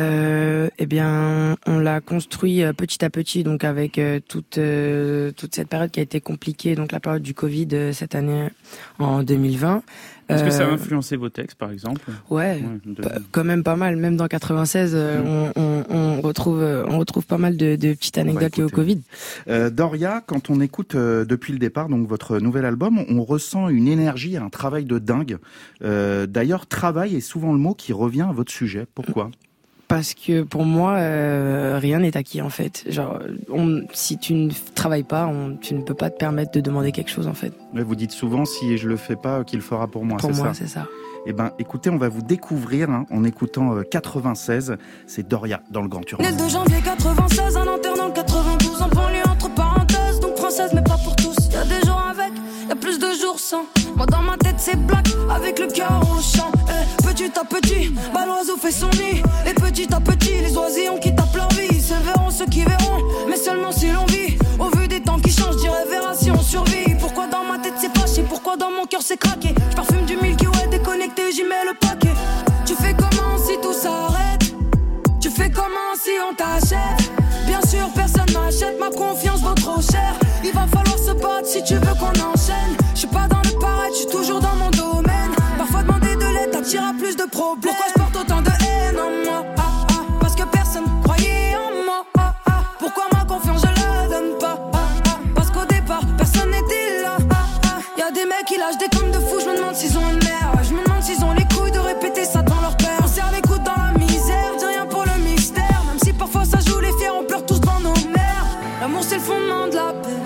Euh, eh bien, on l'a construit euh, petit à petit, donc avec euh, toute euh, toute cette période qui a été compliquée, donc la période du Covid euh, cette année en deux mille vingt. Est-ce que ça a Euh, influencé vos textes, par exemple? Ouais, de... p- quand même pas mal. Même dans quatre-vingt-seize, euh, Mmh. on, on, on retrouve euh, on retrouve pas mal de, de petites anecdotes liées au Covid. Euh, Doria, quand on écoute euh, depuis le départ, donc votre nouvel album, on ressent une énergie, un travail de dingue. Euh, d'ailleurs, travail est souvent le mot qui revient à votre sujet. Pourquoi? Parce que pour moi, euh, rien n'est acquis en fait. Genre, on, si tu ne travailles pas, on, tu ne peux pas te permettre de demander quelque chose en fait. Mais vous dites souvent, si je le fais pas, qu'il le fera pour moi. Pour c'est moi, ça c'est ça. Eh ben, écoutez, on va vous découvrir hein, en écoutant euh, quatre-vingt-seize. C'est Doria dans le Grand Urbain. Né le deux janvier quatre-vingt-seize, à Nanterre dans le quatre-vingt-douze, en banlieue entre parenthèses, donc française mais pas pour tous. Y'a des jours avec, y'a plus de jours sans. Moi dans ma tête c'est black, avec le cœur au champ. Eh, petit à petit, bah l'oiseau fait son nid. Et petit à petit, les oisillons qui tapent leur vie. Se verront ceux qui verront, mais seulement si l'on vit. Au vu des temps qui changent, je dirais verra si on survit. Pourquoi dans ma tête c'est fâché, pourquoi dans mon cœur c'est craqué. Je parfume du Milky Way déconnecté, j'y mets le paquet. Tu fais comment si tout s'arrête? Tu fais comment si on t'achète? Bien sûr personne n'achète, ma confiance vaut trop cher. Il va falloir se battre si tu veux qu'on enchaîne. Je suis pas dans le paraître, je suis toujours dans mon domaine. Parfois demander de l'aide t'attire à plus de problèmes. Pourquoi je porte autant de haine en moi? ah, ah, Parce que personne croyait en moi. ah, ah. Pourquoi ma confiance je la donne pas? ah, ah. Parce qu'au départ personne n'était là. ah, ah. Y'a des mecs qui lâchent des comptes de fous, je me demande s'ils ont une mère. Je me demande s'ils ont les couilles de répéter ça dans leur père. On serre les coudes dans la misère, dis rien pour le mystère. Même si parfois ça joue les fiers, on pleure tous devant nos mères. L'amour c'est le fondement de la paix,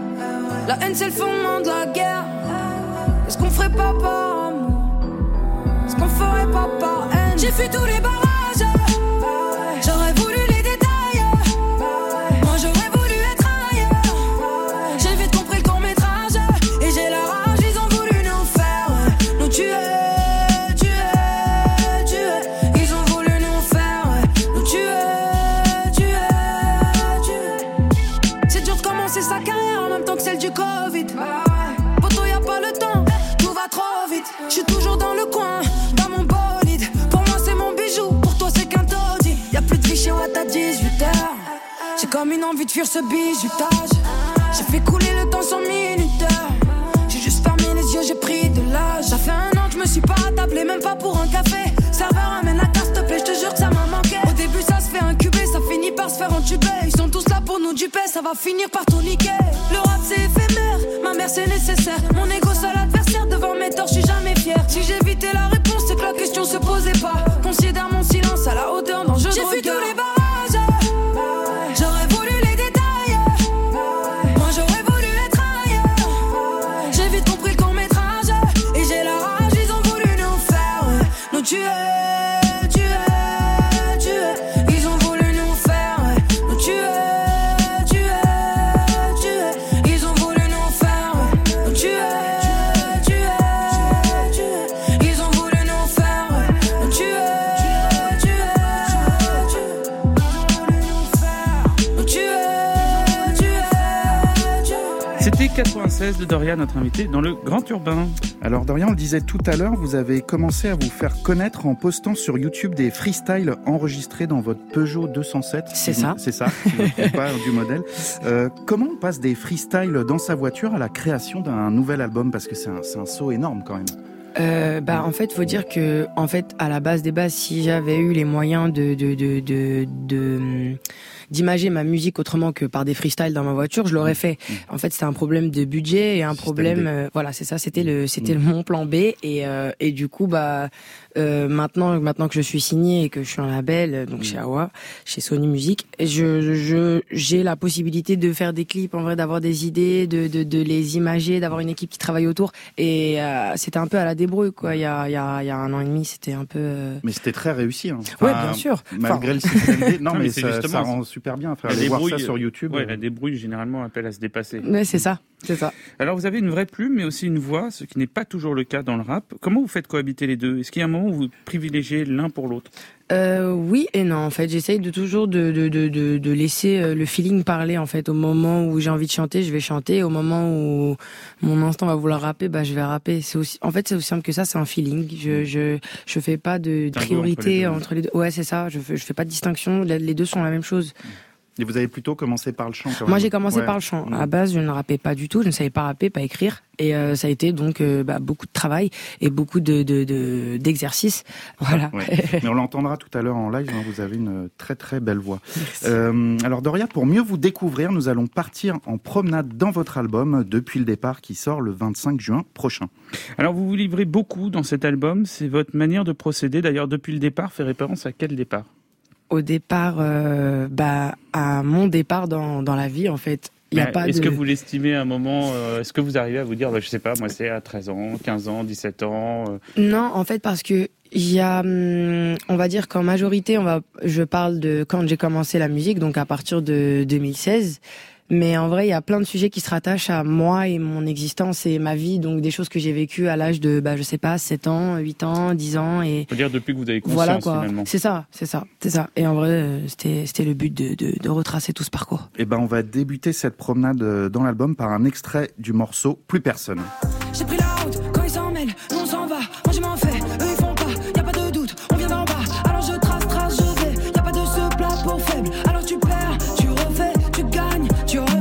la haine c'est le fondement de la guerre. Est-ce qu'on ferait pas par amour? Est-ce qu'on ferai pas par haine. J'ai fui tous les barrages, j'aurais voulu les détails. Moi j'aurais voulu être ailleurs. J'ai vite compris le court métrage et j'ai la rage, ils ont voulu nous faire nous tuer, tuer, tuer. Ils ont voulu nous faire nous tuer, tuer, tuer. C'est dur de commencer sa carrière en même temps que celle du Covid. Poto y'a pas le temps, tout va trop vite. J'suis toujours dans le coin, dans mon bolide. Pour moi c'est mon bijou, pour toi c'est qu'un taudis. Y'a plus de vie chez Watt à dix-huit heures. J'ai comme une envie de fuir ce bizutage. J'ai fait couler le temps sans minuteur. J'ai juste fermé les yeux, j'ai pris de l'âge. Ça fait un an que je me suis pas attablé, même pas pour un café. Serveur amène la carte, s'il te plaît, j'te jure que ça m'a manqué. Au début ça se fait incuber, ça finit par se faire entuber. Ils sont tous là pour nous duper, ça va finir par tout niquer. Le rap c'est éphémère, ma mère c'est nécessaire. Mon ego seul adversaire, devant mes torts, je suis jamais fier. Si j'évitais la réponse, c'est que la question se posait pas. Considère mon silence à la hauteur d'un jeu de regard. J'ai fui tous les barrages, j'aurais voulu les détails. Moi j'aurais voulu être ailleurs. J'ai vite compris le court métrage et j'ai la rage, ils ont voulu nous faire nous tuer. quatre-vingt-seize de Doria, notre invité dans le Grand Urbain. Alors Doria, on le disait tout à l'heure, vous avez commencé à vous faire connaître en postant sur YouTube des freestyles enregistrés dans votre Peugeot deux cent sept. C'est ça. C'est ça, si je ne me trompe pas du modèle. Euh, comment on passe des freestyles dans sa voiture à la création d'un nouvel album? Parce que c'est un, c'est un saut énorme quand même. Euh, bah en fait faut dire que en fait à la base des bases, si j'avais eu les moyens de de de de, de d'imager ma musique autrement que par des freestyles dans ma voiture, je l'aurais fait. En fait, c'était un problème de budget et un problème euh, voilà, c'est ça, c'était le c'était mmh. le mon plan B et euh, et du coup bah euh, maintenant maintenant que je suis signé et que je suis en label donc mmh. chez Awa, chez Sony Music, je je j'ai la possibilité de faire des clips, en vrai, d'avoir des idées, de de de les imager, d'avoir une équipe qui travaille autour et euh, c'était un peu à la débrouille quoi, il y a il y a il y a un an et demi, c'était un peu euh... Mais c'était très réussi hein. Enfin, ouais, bien sûr. Malgré enfin... le système D, non, non mais, mais ça, ça rend super bien faire aller voir ça sur YouTube. Ouais, la débrouille généralement appelle à se dépasser. Ouais, c'est ça, c'est ça. Alors vous avez une vraie plume mais aussi une voix, ce qui n'est pas toujours le cas dans le rap. Comment vous faites cohabiter les deux? Est-ce qu'il y a un moment où vous privilégiez l'un pour l'autre? Euh, oui et non, en fait, j'essaye de toujours de de de de, de laisser le feeling parler. En fait, au moment où j'ai envie de chanter, je vais chanter. Au moment où mon instinct va vouloir rapper, bah je vais rapper. C'est aussi, en fait, c'est aussi simple que ça. C'est un feeling. Je je je fais pas de priorité entre les, entre les deux. Ouais, c'est ça. Je fais, je fais pas de distinction. Les deux sont la même chose. Et vous avez plutôt commencé par le chant quand même. Moi j'ai commencé ouais. par le chant. À la base je ne rappais pas du tout, je ne savais pas rapper, pas écrire. Et euh, ça a été donc euh, bah, beaucoup de travail et beaucoup de, de, de, d'exercices. Voilà. Ouais. Mais on l'entendra tout à l'heure en live, hein, vous avez une très très belle voix. Euh, alors Doria, pour mieux vous découvrir, nous allons partir en promenade dans votre album Depuis le départ qui sort le vingt-cinq juin prochain. Alors vous vous livrez beaucoup dans cet album, c'est votre manière de procéder. D'ailleurs Depuis le départ fait référence à quel départ? Au départ, euh, bah, à mon départ dans, dans la vie, en fait. Y a bah, pas est-ce de... que vous l'estimez à un moment, euh, est-ce que vous arrivez à vous dire, bah, je sais pas, moi c'est à treize ans, quinze ans, dix-sept ans euh... Non, en fait, parce que il y a, on va dire qu'en majorité, on va, je parle de quand j'ai commencé la musique, donc à partir de deux mille seize. Mais en vrai, il y a plein de sujets qui se rattachent à moi et mon existence et ma vie, donc des choses que j'ai vécues à l'âge de, bah, je sais pas, sept ans, huit ans, dix ans et. Faut dire depuis que vous avez conscience, voilà, quoi. Finalement. C'est ça, c'est ça, c'est ça. Et en vrai, c'était, c'était le but de, de, de retracer tout ce parcours. Et ben, on va débuter cette promenade dans l'album par un extrait du morceau Plus personne. J'ai pris la route, quand ils s'en mêlent, nous on s'en va, moi je m'en fais, eux ils font pas, y a pas de doute, on vient d'en bas, alors je trace, trace, je vais, y a pas de ce plat pour faible, alors tu perds, tu refais, tu gagnes, tu refais.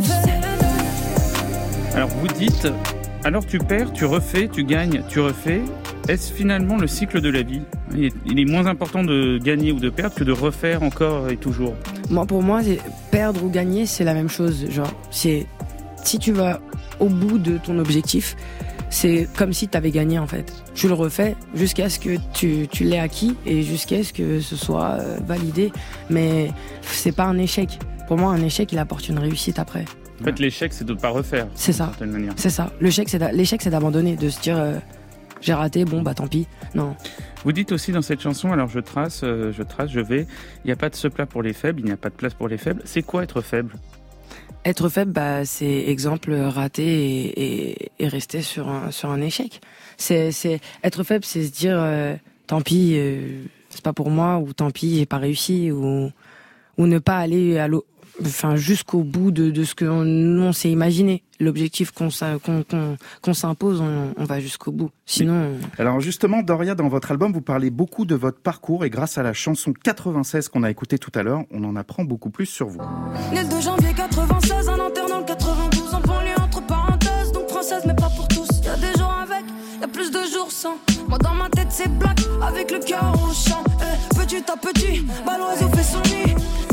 Alors vous dites, alors tu perds, tu refais, tu gagnes, tu refais. Est-ce finalement le cycle de la vie ? Il est, il est moins important de gagner ou de perdre que de refaire encore et toujours. Moi, pour moi, c'est perdre ou gagner, c'est la même chose. Genre, c'est si tu vas au bout de ton objectif, c'est comme si tu avais gagné en fait. Tu le refais jusqu'à ce que tu, tu l'aies acquis et jusqu'à ce que ce soit validé. Mais c'est pas un échec. Pour moi, un échec, il apporte une réussite après. En fait, l'échec, c'est de ne pas refaire. C'est ça. D'une certaine manière. C'est ça. L'échec, c'est, d'a... l'échec, c'est d'abandonner, de se dire, euh, j'ai raté, bon bah tant pis. Non. Vous dites aussi dans cette chanson, alors je trace, euh, je trace, je vais, il n'y a pas de ce plat pour les faibles, il n'y a pas de place pour les faibles. C'est quoi être faible ? Être faible, bah, c'est exemple rater et, et, et rester sur un, sur un échec. C'est, c'est, être faible, c'est se dire, euh, tant pis, euh, c'est pas pour moi, ou tant pis, j'ai pas réussi, ou, ou ne pas aller à l'eau. Enfin, jusqu'au bout de, de ce que on, on s'est imaginé. L'objectif qu'on, qu'on, qu'on, qu'on s'impose, on, on va jusqu'au bout. Sinon. Oui. Alors justement, Doria, dans votre album, vous parlez beaucoup de votre parcours et grâce à la chanson quatre-vingt-seize qu'on a écoutée tout à l'heure, on en apprend beaucoup plus sur vous. Né le deux janvier quatre-vingt-seize, un interne dans le quatre-vingt-douze, en banlieue entre parenthèses, donc française mais pas pour tous. Y'a des jours avec, y'a plus de jours sans. Moi dans ma tête c'est black, avec le cœur au champ. Eh, petit à petit, bah l'oiseau fait son nid.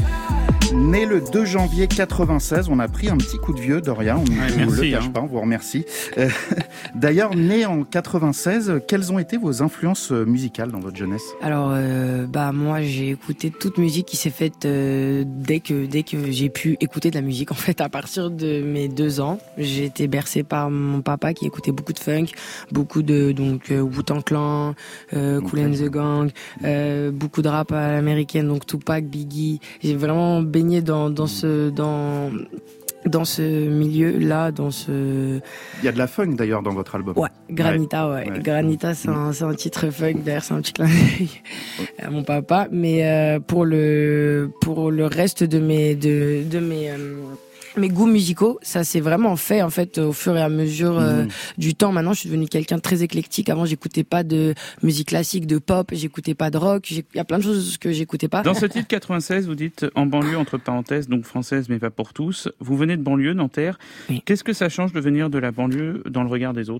Né le deux janvier quatre-vingt-seize, on a pris un petit coup de vieux, Doria, on ne ouais, vous merci, le cache hein. pas, on vous remercie. Euh, d'ailleurs, né en quatre-vingt-seize, quelles ont été vos influences musicales dans votre jeunesse ? Alors, euh, bah moi j'ai écouté toute musique qui s'est faite euh, dès que dès que j'ai pu écouter de la musique. En fait, à partir de mes deux ans, j'ai été bercée par mon papa qui écoutait beaucoup de funk, beaucoup de donc euh, Wu-Tang Clan, euh, Kool and the Gang, euh, beaucoup de rap à l'américaine, donc Tupac, Biggie. J'ai vraiment baigné dans dans ce dans dans ce milieu-là, dans ce... Il y a de la funk d'ailleurs dans votre album. Ouais, Granita, ouais. ouais. Granita, c'est un, c'est un titre funk, d'ailleurs c'est un petit clin d'œil à mon papa. Mais euh, pour le pour le reste de mes de de mes euh, mes goûts musicaux, ça s'est vraiment fait en fait au fur et à mesure euh, mmh. du temps. Maintenant, je suis devenue quelqu'un de très éclectique. Avant, j'écoutais pas de musique classique, de pop, j'écoutais pas de rock. Il y a plein de choses que j'écoutais pas. Dans ce titre quatre-vingt-seize, vous dites en banlieue entre parenthèses, donc française mais pas pour tous. Vous venez de banlieue, Nanterre. Oui. Qu'est-ce que ça change de venir de la banlieue dans le regard des autres ?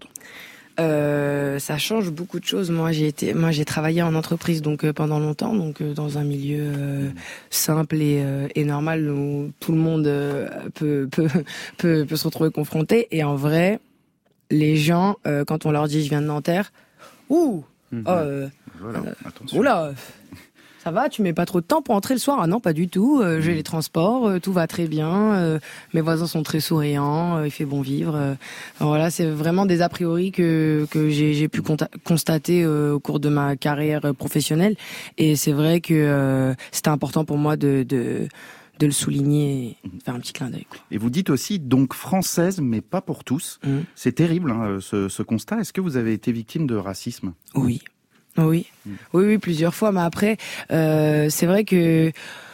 Euh, ça change beaucoup de choses. Moi, j'ai été, moi, j'ai travaillé en entreprise donc euh, pendant longtemps, donc euh, dans un milieu euh, simple et, euh, et normal où tout le monde euh, peut, peut peut peut se retrouver confronté. Et en vrai, les gens, euh, quand on leur dit je viens de Nanterre, ouh, mmh. oh, euh, voilà, euh, oula. Ça va, tu mets pas trop de temps pour entrer le soir ? Ah non, pas du tout. Euh, j'ai les transports, euh, tout va très bien. Euh, mes voisins sont très souriants, euh, il fait bon vivre. Euh, voilà, c'est vraiment des a priori que que j'ai, j'ai pu conta- constater euh, au cours de ma carrière professionnelle. Et c'est vrai que euh, c'était important pour moi de de de le souligner et faire un petit clin d'œil. Quoi. Et vous dites aussi donc française, mais pas pour tous. Mmh. C'est terrible hein, ce, ce constat. Est-ce que vous avez été victime de racisme ? Oui. Oui, oui, oui, plusieurs fois. Mais après, euh, c'est vrai que,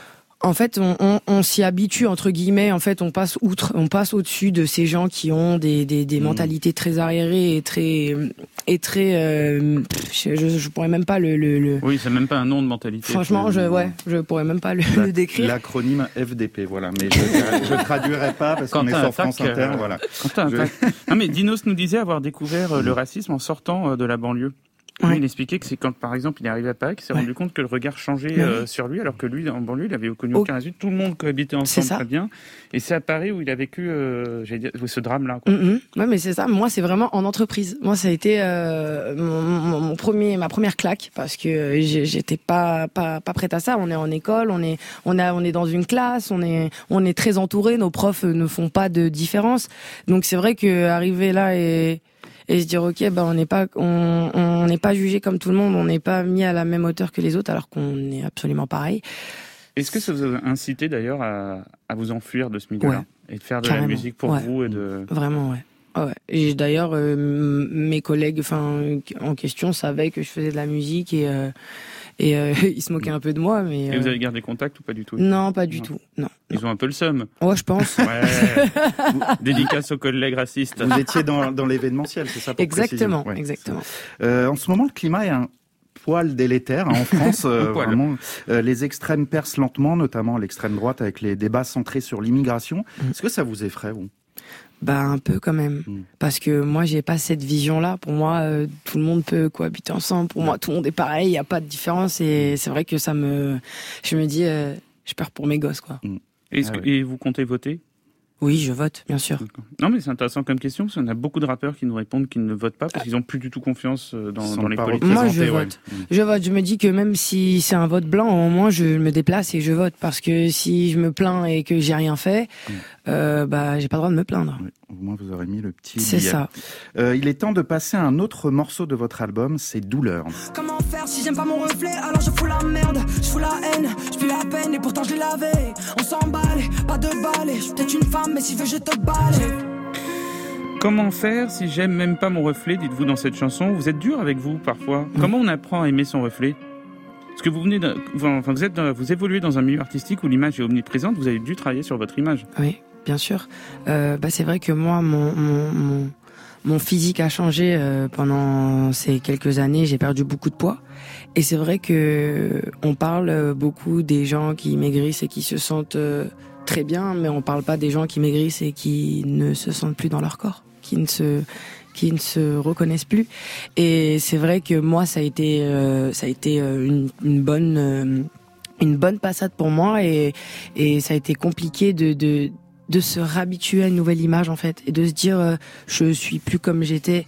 en fait, on, on, on s'y habitue entre guillemets. En fait, on passe outre, on passe au-dessus de ces gens qui ont des des, des mmh. mentalités très arriérées et très et très. Euh, je, je pourrais même pas le, le, le... Oui, c'est même pas un nom de mentalité. Franchement, je ouais, je pourrais même pas le, La, le décrire. L'acronyme F D P, voilà. Mais je je traduirai pas parce qu'on est sur France Inter, euh, voilà. Je... Non, mais Dinos nous disait avoir découvert euh, le racisme en sortant euh, de la banlieue. Ouais. Il expliquait que c'est quand, par exemple, il est arrivé à Pâques, il s'est ouais. rendu compte que le regard changeait ouais. euh, sur lui, alors que lui, en banlieue, il avait connu aucun racisme. Tout le monde cohabitait ensemble très bien. Et c'est à Paris où il a vécu euh, j'allais dire, ce drame-là. Quoi. Mm-hmm. Ouais, mais c'est ça. Moi, c'est vraiment en entreprise. Moi, ça a été euh, mon, mon, mon premier, ma première claque, parce que j'étais pas, pas, pas prête à ça. On est en école, on est, on a, on est dans une classe, on est, on est très entouré. Nos profs ne font pas de différence. Donc, c'est vrai que arriver là et Et se dire ok, bah on n'est pas, on, on n'est pas jugé comme tout le monde, on n'est pas mis à la même hauteur que les autres, alors qu'on est absolument pareil. Est-ce que ça vous a incité d'ailleurs à, à vous enfuir de ce milieu-là ouais. et de faire de Carrément. la musique pour ouais. vous et de vraiment ouais. Oh ouais. Et d'ailleurs, euh, mes collègues, enfin en question, savaient que je faisais de la musique et euh, et euh, ils se moquaient un peu de moi, mais. Et euh... vous avez gardé contact ou pas du tout ? Non, pas du non. tout. Non. Ils non. ont un peu le seum. Ouais, je pense. Ouais. Dédicace aux collègues racistes. Vous étiez dans dans l'événementiel, c'est ça pour Exactement, ouais. exactement. Euh, en ce moment, le climat est un poil délétère hein, en France. Euh, vraiment, euh, les extrêmes percent lentement, notamment l'extrême droite avec les débats centrés sur l'immigration. Mm. Est-ce que ça vous effraie, vous ? Bah un peu quand même, mmh. parce que moi j'ai pas cette vision-là. Pour moi, euh, tout le monde peut cohabiter ensemble. Pour moi, tout le monde est pareil. Il y a pas de différence. Et c'est vrai que ça me, je me dis, euh, je peur pour mes gosses quoi. Mmh. Est-ce ah, que, ouais. Et vous comptez voter ? Oui, je vote, bien sûr. Non, mais c'est intéressant comme question, parce qu'on a beaucoup de rappeurs qui nous répondent qu'ils ne votent pas, parce qu'ils n'ont plus du tout confiance dans, dans les politiques. Moi, je vote. Ouais. Je vote. Je me dis que même si c'est un vote blanc, au moins, je me déplace et je vote. Parce que si je me plains et que j'ai rien fait, mmh. euh, bah, j'ai pas le droit de me plaindre. Oui. au moins vous aurez mis le petit C'est billet. ça. Euh, il est temps de passer à un autre morceau de votre album, c'est Douleur. Comment faire si j'aime pas mon reflet? Alors je fous la merde, je fous la haine, je pue la peine et pourtant je l'ai lavé. On s'emballe, pas de balai, je suis peut-être une femme mais si veux je te balaye. Comment faire si j'aime même pas mon reflet, dites-vous dans cette chanson. Vous êtes dur avec vous parfois. Mmh. Comment on apprend à aimer son reflet? Parce que vous venez, de, enfin vous êtes, dans, vous évoluez dans un milieu artistique où l'image est omniprésente. Vous avez dû travailler sur votre image. Oui, bien sûr. Euh, bah c'est vrai que moi, mon mon mon, mon physique a changé euh, pendant ces quelques années. J'ai perdu beaucoup de poids. Et c'est vrai que on parle beaucoup des gens qui maigrissent et qui se sentent euh, très bien, mais on parle pas des gens qui maigrissent et qui ne se sentent plus dans leur corps, qui ne se qui ne se reconnaissent plus. Et c'est vrai que moi ça a été euh, ça a été euh, une, une bonne euh, une bonne passade pour moi et et ça a été compliqué de de de se réhabituer à une nouvelle image en fait et de se dire euh, je suis plus comme j'étais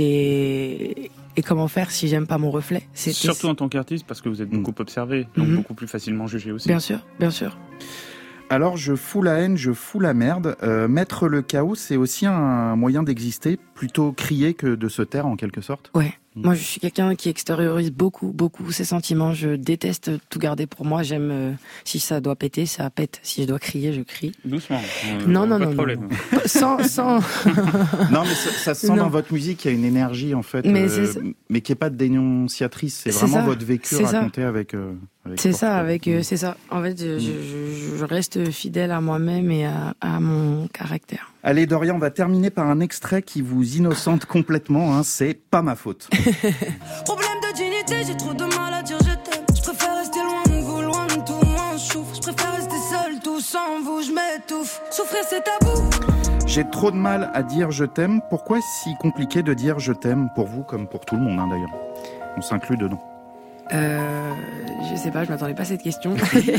et et comment faire si j'aime pas mon reflet. C'était... Surtout en tant qu'artiste parce que vous êtes beaucoup observé, donc mm-hmm. beaucoup plus facilement jugé aussi. Bien sûr, bien sûr. Alors, je fous la haine, je fous la merde. Euh, mettre le chaos, c'est aussi un moyen d'exister, plutôt crier que de se taire en quelque sorte. Ouais. Mmh. Moi, je suis quelqu'un qui extériorise beaucoup, beaucoup ses sentiments. Je déteste tout garder pour moi. J'aime euh, si ça doit péter, ça pète. Si je dois crier, je crie. Doucement. Euh, non, non, pas non, de problème. non. sans, sans. Non, mais ça, ça se sent non. dans votre musique. Il y a une énergie en fait, mais, euh, mais qui est pas dénonciatrice. C'est, c'est vraiment ça. Votre vécu c'est raconté ça. avec. Euh, avec c'est force, ça, avec. Euh, c'est ça. En fait, je, mmh. je, je reste fidèle à moi-même et à, à mon caractère. Allez Dorian, on va terminer par un extrait qui vous innocente complètement, hein, c'est Pas ma faute. Problème de dignité, j'ai trop de mal à dire je t'aime. Je préfère rester loin de vous, loin de tout, moi je souffre. Je préfère rester seul, tout sans vous, je m'étouffe. Souffrir c'est tabou. J'ai trop de mal à dire je t'aime. Pourquoi est-ce si compliqué de dire je t'aime pour vous comme pour tout le monde hein, d'ailleurs? On s'inclut dedans. Euh, je sais pas, je m'attendais pas à cette question.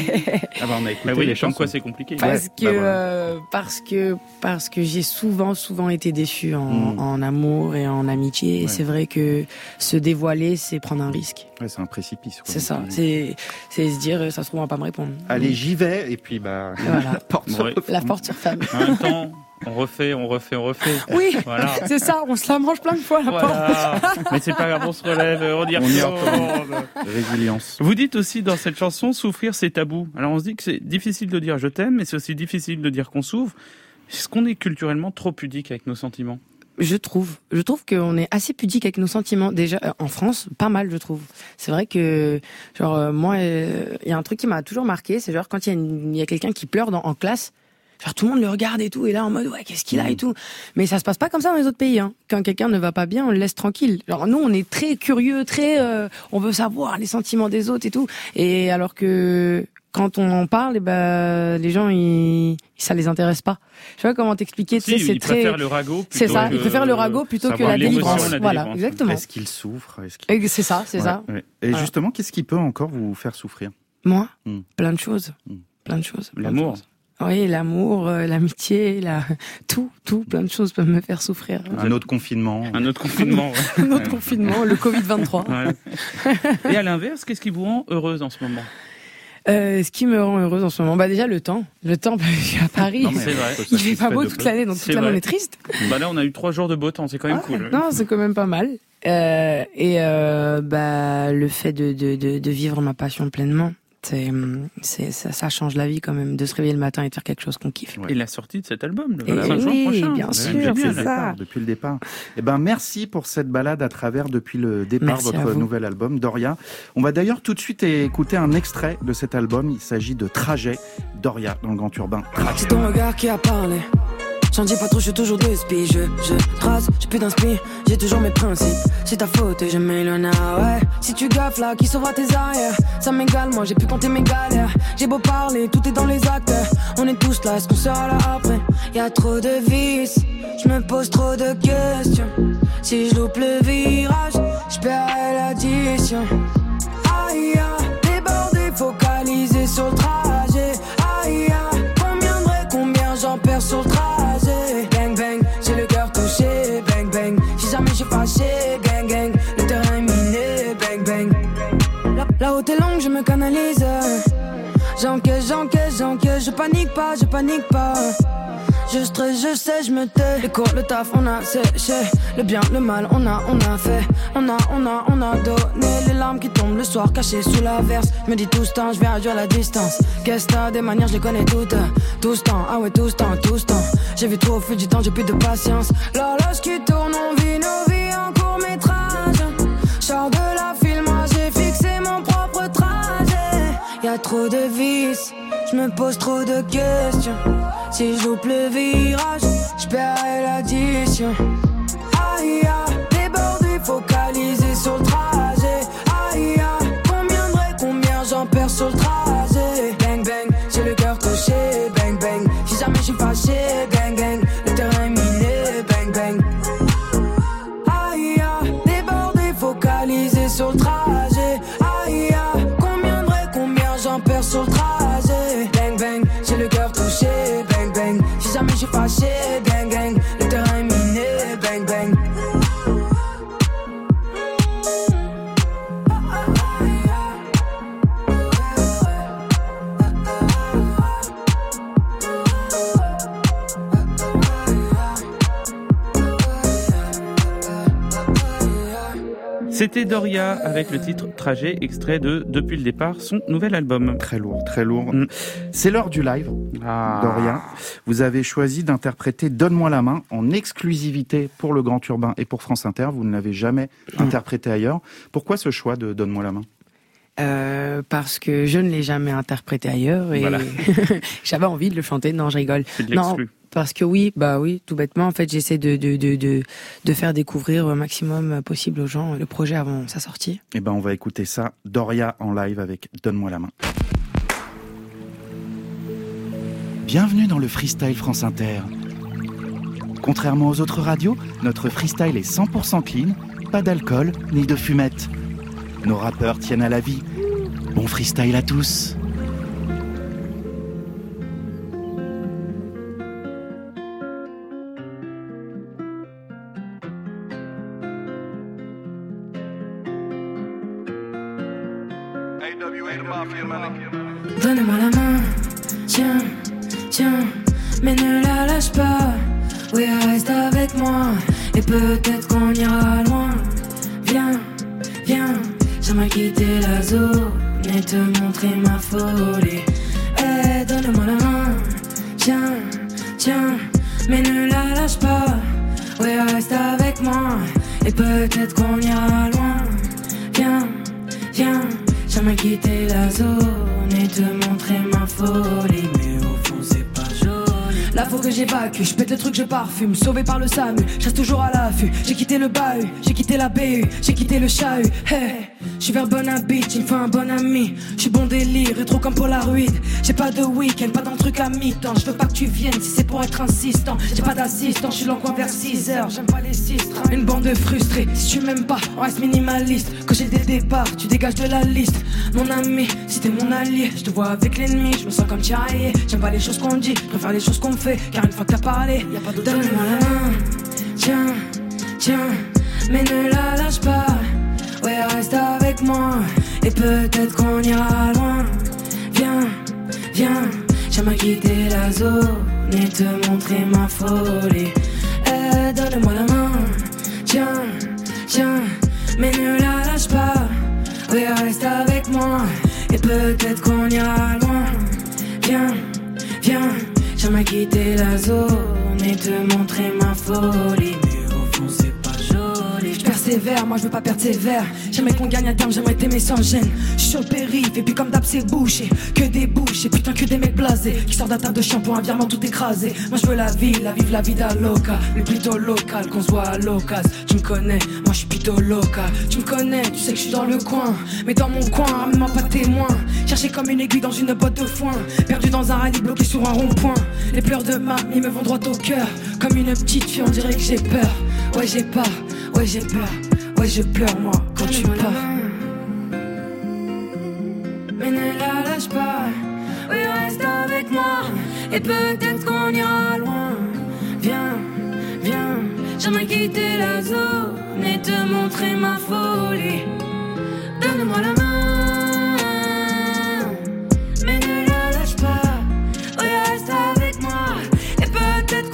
ah bah on a écouté bah oui, les chansons. Quoi c'est compliqué. Parce ouais, que bah voilà. euh, parce que parce que j'ai souvent souvent été déçue en, mmh. en amour et en amitié. Ouais. Et c'est vrai que se dévoiler, c'est prendre un risque. Ouais, c'est un précipice. Quoi. C'est ça. C'est c'est se dire ça se trouve on va pas me répondre. Allez, mmh. j'y vais et puis bah voilà. la porte sur ouais. la porte sur femme. En même temps. On refait, on refait, on refait. Oui, voilà. C'est ça, on se la mange plein de fois la voilà. porte. Mais c'est pas grave, on se relève, on y retourne. Résilience. Vous dites aussi dans cette chanson, souffrir c'est tabou. Alors on se dit que c'est difficile de dire je t'aime, mais c'est aussi difficile de dire qu'on souffre. Est-ce qu'on est culturellement trop pudique avec nos sentiments ? Je trouve, je trouve qu'on est assez pudique avec nos sentiments. Déjà, euh, en France, pas mal, je trouve. C'est vrai que, genre, euh, moi, il euh, y a un truc qui m'a toujours marqué, c'est genre quand il y, y a quelqu'un qui pleure dans, en classe, genre tout le monde le regarde et tout, et là en mode ouais qu'est-ce qu'il a et tout. Mais ça se passe pas comme ça dans les autres pays. Hein. Quand quelqu'un ne va pas bien, on le laisse tranquille. Genre nous on est très curieux, très, euh, on veut savoir les sentiments des autres et tout. Et alors que quand on en parle, et ben les gens ils ça les intéresse pas. Je sais pas comment t'expliquer. Si, tu sais, c'est ils très. préfèrent le ragot. C'est ça. Que... Ils préfèrent le ragot plutôt que la délivrance. la délivrance. Voilà, exactement. Est-ce qu'ils souffrent Est-ce qu'ils... C'est ça, c'est ouais, ça. Ouais. Et voilà. Justement, qu'est-ce qui peut encore vous faire souffrir? Moi, mm. plein de choses, mm. plein de choses. Plein L'amour. De choses. Oui, l'amour, euh, l'amitié, la... tout, tout, plein de choses peuvent me faire souffrir. Un autre confinement. Un autre confinement. Ouais. Un autre confinement, le covid vingt-trois. Ouais. Et à l'inverse, qu'est-ce qui vous rend heureuse en ce moment? Euh, ce qui me rend heureuse en ce moment, bah déjà le temps. Le temps, bah, je suis à Paris. Non, c'est vrai. Il fait pas beau toute peu. L'année, donc toute l'année on est triste. Bah là, on a eu trois jours de beau temps, c'est quand même ah, cool. Non, c'est quand même pas mal. Euh, et euh, bah le fait de, de de de vivre ma passion pleinement. C'est, c'est, ça, ça change la vie quand même, de se réveiller le matin et de faire quelque chose qu'on kiffe. Ouais. Et la sortie de cet album, le vingt-cinq juin prochain. Bien ouais, sûr, depuis, c'est le ça. Départ, depuis le départ. Eh ben, merci pour cette balade à travers depuis le départ, merci votre nouvel album, Doria. On va d'ailleurs tout de suite écouter un extrait de cet album. Il s'agit de Trajet, Doria, dans le Grand Urbain. C'est ton regard qui a parlé. J'en dis pas trop, je suis toujours deux spies. Je, je trace, j'ai plus d'inspi, j'ai toujours mes principes. C'est ta faute et je m'éloigne, ouais. Si tu gaffes là, qui sauvera tes arrières? Ça m'égale, moi j'ai pu compter mes galères. J'ai beau parler, tout est dans les actes. On est tous là, est-ce qu'on sera là après? Y'a trop de vices, je me pose trop de questions. Si je loupe le virage, je paierai l'addition. Aïe, débordé, focalisé sur le trajet. Aïe, combien de vrai, combien j'en perds sur le trajet? Bang bang, j'ai le cœur touché. Bang bang, si jamais je suis fâché. Gang gang, le terrain est miné. Bang bang, la, la route est longue, je me canalise. J'encaisse, j'encaisse, j'encaisse. Je panique pas, je panique pas. Je stresse, je sais, je me tais. Les cours, le taf, on a séché. Le bien, le mal, on a, on a fait. On a, on a, on a donné. Les larmes qui tombent le soir, cachées sous l'averse. Me dis tout ce temps, je vais réduire la distance. Qu'est-ce que t'as, des manières, je les connais toutes. Tout ce temps, ah ouais, tout ce temps, tout ce temps. J'ai vu trop au fil du temps, j'ai plus de patience. L'horloge qui tourne, on vit nos vies en court métrage. Sors de la film, moi j'ai fixé mon propre trajet. Y'a trop de vices, je me pose trop de questions. Si j'oupe le virage, j'paierai l'addition. Aïe aïe, débordé, focalisé sur le trajet. Aïe aïe, combien de vrai, combien j'en perds sur le trajet. Bang bang, j'ai le cœur touché. Bang bang, si jamais j'suis fâché. Gang gang, le terrain est miné. Bang bang. Aïe aïe, débordé, focalisé sur le trajet. Aïe aïe, combien de vrai, combien j'en perds sur le trajet. Bang bang, j'ai le cœur touché. Bang bang, si jamais j'suis fâché. Gang gang, le terrain est miné. Bang bang. C'était Doria avec le titre Trajet, extrait de Depuis le départ, son nouvel album. Très lourd, très lourd. Mm. C'est l'heure du live, ah. Doria. Vous avez choisi d'interpréter Donne-moi la main en exclusivité pour le Grand Urbain et pour France Inter. Vous ne l'avez jamais mm. interprété ailleurs. Pourquoi ce choix de Donne-moi la main ? Euh, parce que je ne l'ai jamais interprété ailleurs et voilà. J'avais envie de le chanter. Non, je rigole. C'est de l'exclu. Non, parce que oui, bah oui, tout bêtement, en fait, j'essaie de de de de, de faire découvrir au maximum possible aux gens le projet avant sa sortie. Eh ben, on va écouter ça. Doria en live avec Donne-moi la main. Bienvenue dans le freestyle France Inter. Contrairement aux autres radios, notre freestyle est cent pour cent clean, pas d'alcool ni de fumette. Nos rappeurs tiennent à la vie. Bon freestyle à tous. Donne-moi la main, tiens, tiens, mais ne la lâche pas. Oui, reste avec moi, et peut-être qu'on ira loin. Viens, viens. J'aimerais quitter la zone et te montrer ma folie. Eh, donne-moi la main, tiens, tiens, mais ne la lâche pas. Ouais, reste avec moi, et peut-être qu'on ira loin. Viens, viens, j'aimerais quitter la zone et te montrer ma folie. Mais au fond, c'est pas joli. Là, faut que j'évacue, je pète le truc, je parfume. Sauvé par le SAMU, je reste toujours à l'affût. J'ai quitté le bahut, j'ai quitté la B U, j'ai quitté le chahut. Hey. Je suis vers bon habit, il me faut un bon ami. Je suis bon délire, rétro comme Polaroid. J'ai pas de week-end, pas d'un truc à mi-temps. Je veux pas que tu viennes si c'est pour être insistant. J'ai pas d'assistant, je suis l'encoin vers six heures. J'aime pas les sistres, une bande de frustrés. Si tu m'aimes pas, on reste minimaliste. Quand j'ai des départs, tu dégages de la liste. Mon ami, si t'es mon allié, je te vois avec l'ennemi, je me sens comme tiraillé. J'aime pas les choses qu'on dit, je préfère les choses qu'on fait. Car une fois que t'as parlé, y'a pas d'autre. Donne-moi la main, tiens, tiens, mais ne la lâche pas. Ouais, reste avec moi, et peut-être qu'on ira loin. Viens, viens, j'aimerais quitter la zone et te montrer ma folie. Eh, donne-moi la main, tiens, tiens, mais ne la lâche pas. Ouais, reste avec moi, et peut-être qu'on ira loin. Viens, viens, j'aimerais quitter la zone et te montrer ma folie. Mais au fond, c'est pas joli. Je persévère, moi je veux pas perdre ses verres. J'aimerais qu'on gagne à terme, j'aimerais t'aimer sans gêne. J'suis sur le périph' et puis comme d'hab c'est bouché. Que des bouches et putain que des mecs blasés qui sortent d'un tas de shampoing, un virement tout écrasé. Moi je veux la vie, la vivre la vida loca. Le plutôt local, qu'on se voit à l'occasion. Tu me connais, moi je suis plutôt local. Tu me connais, tu sais que je suis dans le coin. Mais dans mon coin, ramène-moi pas témoin. Cherché comme une aiguille dans une botte de foin. Perdu dans un rallye, bloqué sur un rond-point. Les pleurs de mamie me vont droit au cœur. Comme une petite fille, on dirait que j'ai peur. Ouais j'ai peur, ouais j'ai peur. Ouais je pleure moi quand tu pars. Mais ne la lâche pas. Oui reste avec moi. Et peut-être qu'on ira loin. Viens, viens. J'aimerais quitter la zone et te montrer ma folie. Donne-moi la main. Mais ne la lâche pas. Oui reste avec moi. Et peut-être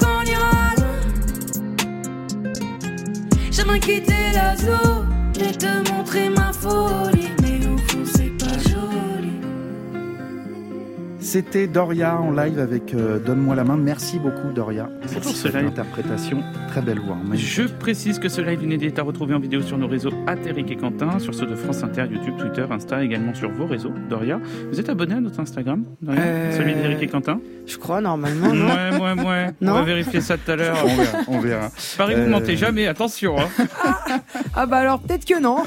J'aimerais quitter la zone et te montrer ma folie, mais au fond c'est pas joli. C'était Doria en live avec euh, Donne-moi la main. Merci beaucoup Doria pour pour ce cette live. interprétation. Très belle voix. Je précise que ce live inédit est à retrouver en vidéo sur nos réseaux Atéric et Quentin, sur ceux de France Inter, YouTube, Twitter, Insta, également sur vos réseaux. Doria, vous êtes abonné à notre Instagram, Doria Euh, Celui d'Éric et Quentin? Je crois, normalement, non? Ouais, ouais, ouais. Non. On va vérifier ça tout à l'heure. On verra. On verra. Pareil, vous Euh, mentez jamais, attention. Hein. Ah bah alors peut-être que non.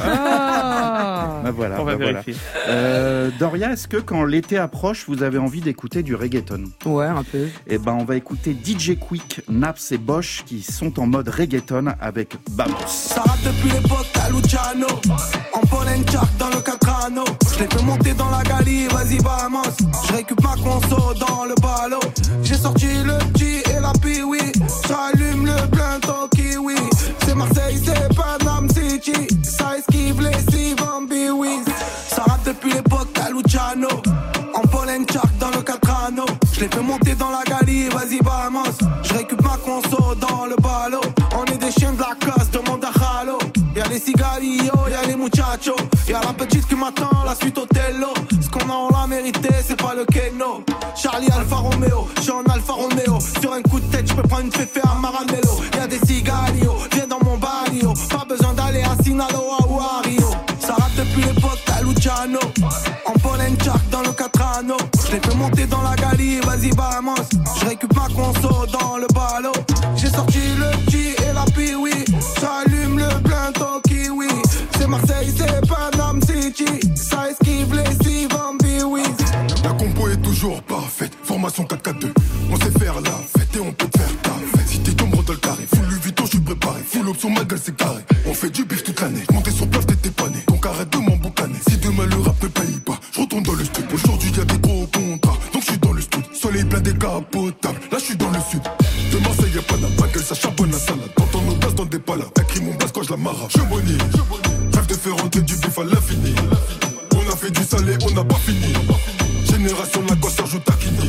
Ah Bah voilà, On va bah vérifier. voilà. Euh, Doria, est-ce que quand l'été approche, vous avez envie d'écouter du reggaeton? Ouais, un peu. Eh ben, on va écouter D J Quick, Naps et Bosch qui sont en mode reggaeton avec Vamos. Ça rate depuis l'époque à Luciano. En pollen chart dans le Catrano. Je l'ai fait monter dans la galerie, vas-y vamos. Je récup ma conso dans le ballot. J'ai sorti le G et la Piwi. J'allume le blunt au kiwi. C'est Marseille, c'est Panam City. Ça esquive les six Bambiwis. Ça rate depuis l'époque à Luciano. En pollen chart dans le Catrano. Je l'ai fait monter dans la galerie, vas-y vamos. Je récup ma conso dans le ballot. On est des chiens de la classe, demande à Halo. Y'a les cigarillos, y'a les muchachos. Y'a la petite qui m'attend, la suite au tello. Ce qu'on a, on l'a mérité, c'est pas le Keno. Charlie Alfa Romeo, j'suis en Alfa Romeo. Sur un coup de tête, j'peux prendre une féfé à Maranello. Y'a des cigarillos, viens dans mon barrio. Pas besoin d'aller à Sinaloa ou à Rio. Ça rate depuis l'époque à Luciano. En pollen chart dans le Catrano. Je l'ai fait monter dans la galerie, vas-y vamos. Je récup ma conso dans le ballot. J'ai sorti le G et la Piwi. J'allume le blunt au kiwi. C'est Marseille, c'est Panam City. Ça esquive les six Bambiwis. La compo est toujours parfaite, formation quatre quatre deux. On sait faire la fête et on peut te faire ta fête. Si t'es tombe dans le carré, full Louis Vuitton, je suis préparé. Full option, ma gueule c'est carré. On fait du bif toute l'année. Monter sur place, t'étais pané. Donc arrête de m'emboucaner. Si demain le rap ne paye pas, je retourne dans le studio. Aujourd'hui y'a des gros contrats, donc je suis dans le studio. Soleil plein décapotable, là je suis dans le sud. De Marseille y'a pas de ma gueule, ça charbonne la salade. T'entends nos bases dans des palas. Écris mon basse quand je la marre. Je bonnie, rêve de faire rentrer du bif à l'infini. On a fait du salé, on n'a pas fini. Génération la gosse, Sergio Tacchini.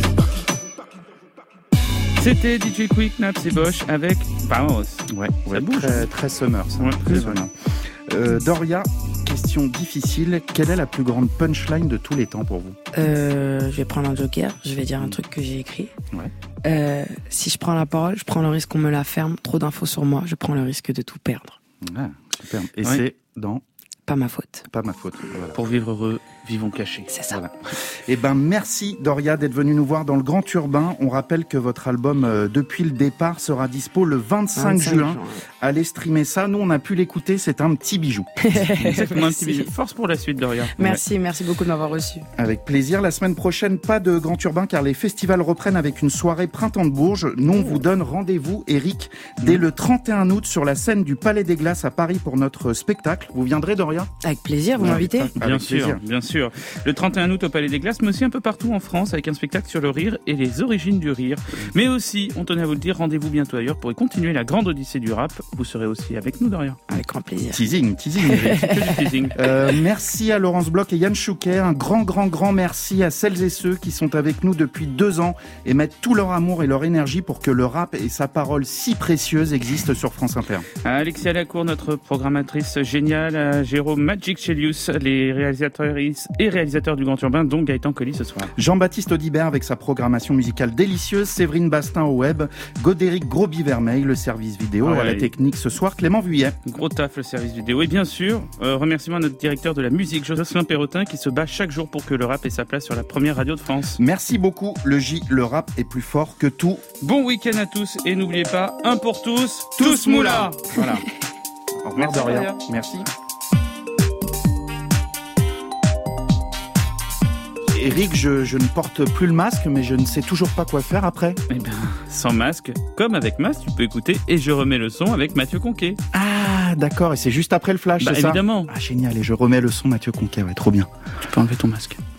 C'était D J Quick, Naps et Bosch avec Vamos. Ouais, Ça ouais, bouge. très, très summer ça. Ouais, Très très summer. Euh, Doria, question difficile. Quelle est la plus grande punchline de tous les temps pour vous? Euh, je vais prendre un joker, je vais dire un truc que j'ai écrit. Ouais. Euh, si je prends la parole, je prends le risque qu'on me la ferme. Trop d'infos sur moi, je prends le risque de tout perdre. Ah, super. Et Ouais. c'est dans Pas ma faute. Pas ma faute. Voilà. Pour vivre heureux, vivons cachés. C'est ça. Voilà. Eh ben, merci Doria d'être venue nous voir dans le Grand Urbain. On rappelle que votre album euh, Depuis le départ sera dispo le vingt-cinq juin. Allez streamer ça. Nous, on a pu l'écouter. C'est un petit bijou. Exactement, un petit bijou. Force pour la suite, Doria. Merci, ouais. merci beaucoup de m'avoir reçu. Avec plaisir. La semaine prochaine, pas de Grand Urbain car les festivals reprennent avec une soirée Printemps de Bourges. Nous, on vous donne rendez-vous, Eric, dès le trente et un août sur la scène du Palais des Glaces à Paris pour notre spectacle. Vous viendrez, Doria? Avec plaisir, vous m'invitez? Bien sûr, bien sûr. Le trente et un août au Palais des Glaces, mais aussi un peu partout en France avec un spectacle sur le rire et les origines du rire. Mais aussi, on tenait à vous le dire, rendez-vous bientôt ailleurs pour y continuer la grande odyssée du rap. Vous serez aussi avec nous, Doria. Avec grand plaisir. Teasing, teasing. C'est que du teasing. Euh, merci à Laurence Bloch et Yann Chouquet. Un grand, grand, grand merci à celles et ceux qui sont avec nous depuis deux ans et mettent tout leur amour et leur énergie pour que le rap et sa parole si précieuse existent sur France Inter. À Alexia Lacour, notre programmatrice géniale, à Jérôme Magic Chelius, les réalisateurs et réalisateurs du Grand Urbain, dont Gaëtan Colli ce soir. Jean-Baptiste Audibert avec sa programmation musicale délicieuse, Séverine Bastin au web, Godéric Gros-Bivermeil, le service vidéo, Ah ouais, à la et... technique ce soir, Clément Vuillet. Gros taf, le service vidéo. Et bien sûr, euh, remerciement à notre directeur de la musique, Jocelyn Perrotin, qui se bat chaque jour pour que le rap ait sa place sur la première radio de France. Merci beaucoup, le J, le rap est plus fort que tout. Bon week-end à tous et n'oubliez pas, un pour tous, tous, tous moula. Voilà. Au revoir, Merci, Doria. Merci. Eric, je, je ne porte plus le masque, mais je ne sais toujours pas quoi faire après. Eh ben, sans masque, comme avec masque, tu peux écouter Et je remets le son avec Mathieu Conquet. Ah, d'accord, et c'est juste après le flash, bah, c'est ça? évidemment. Ah, génial, et je remets le son Mathieu Conquet, ouais, trop bien. Tu peux enlever ton masque.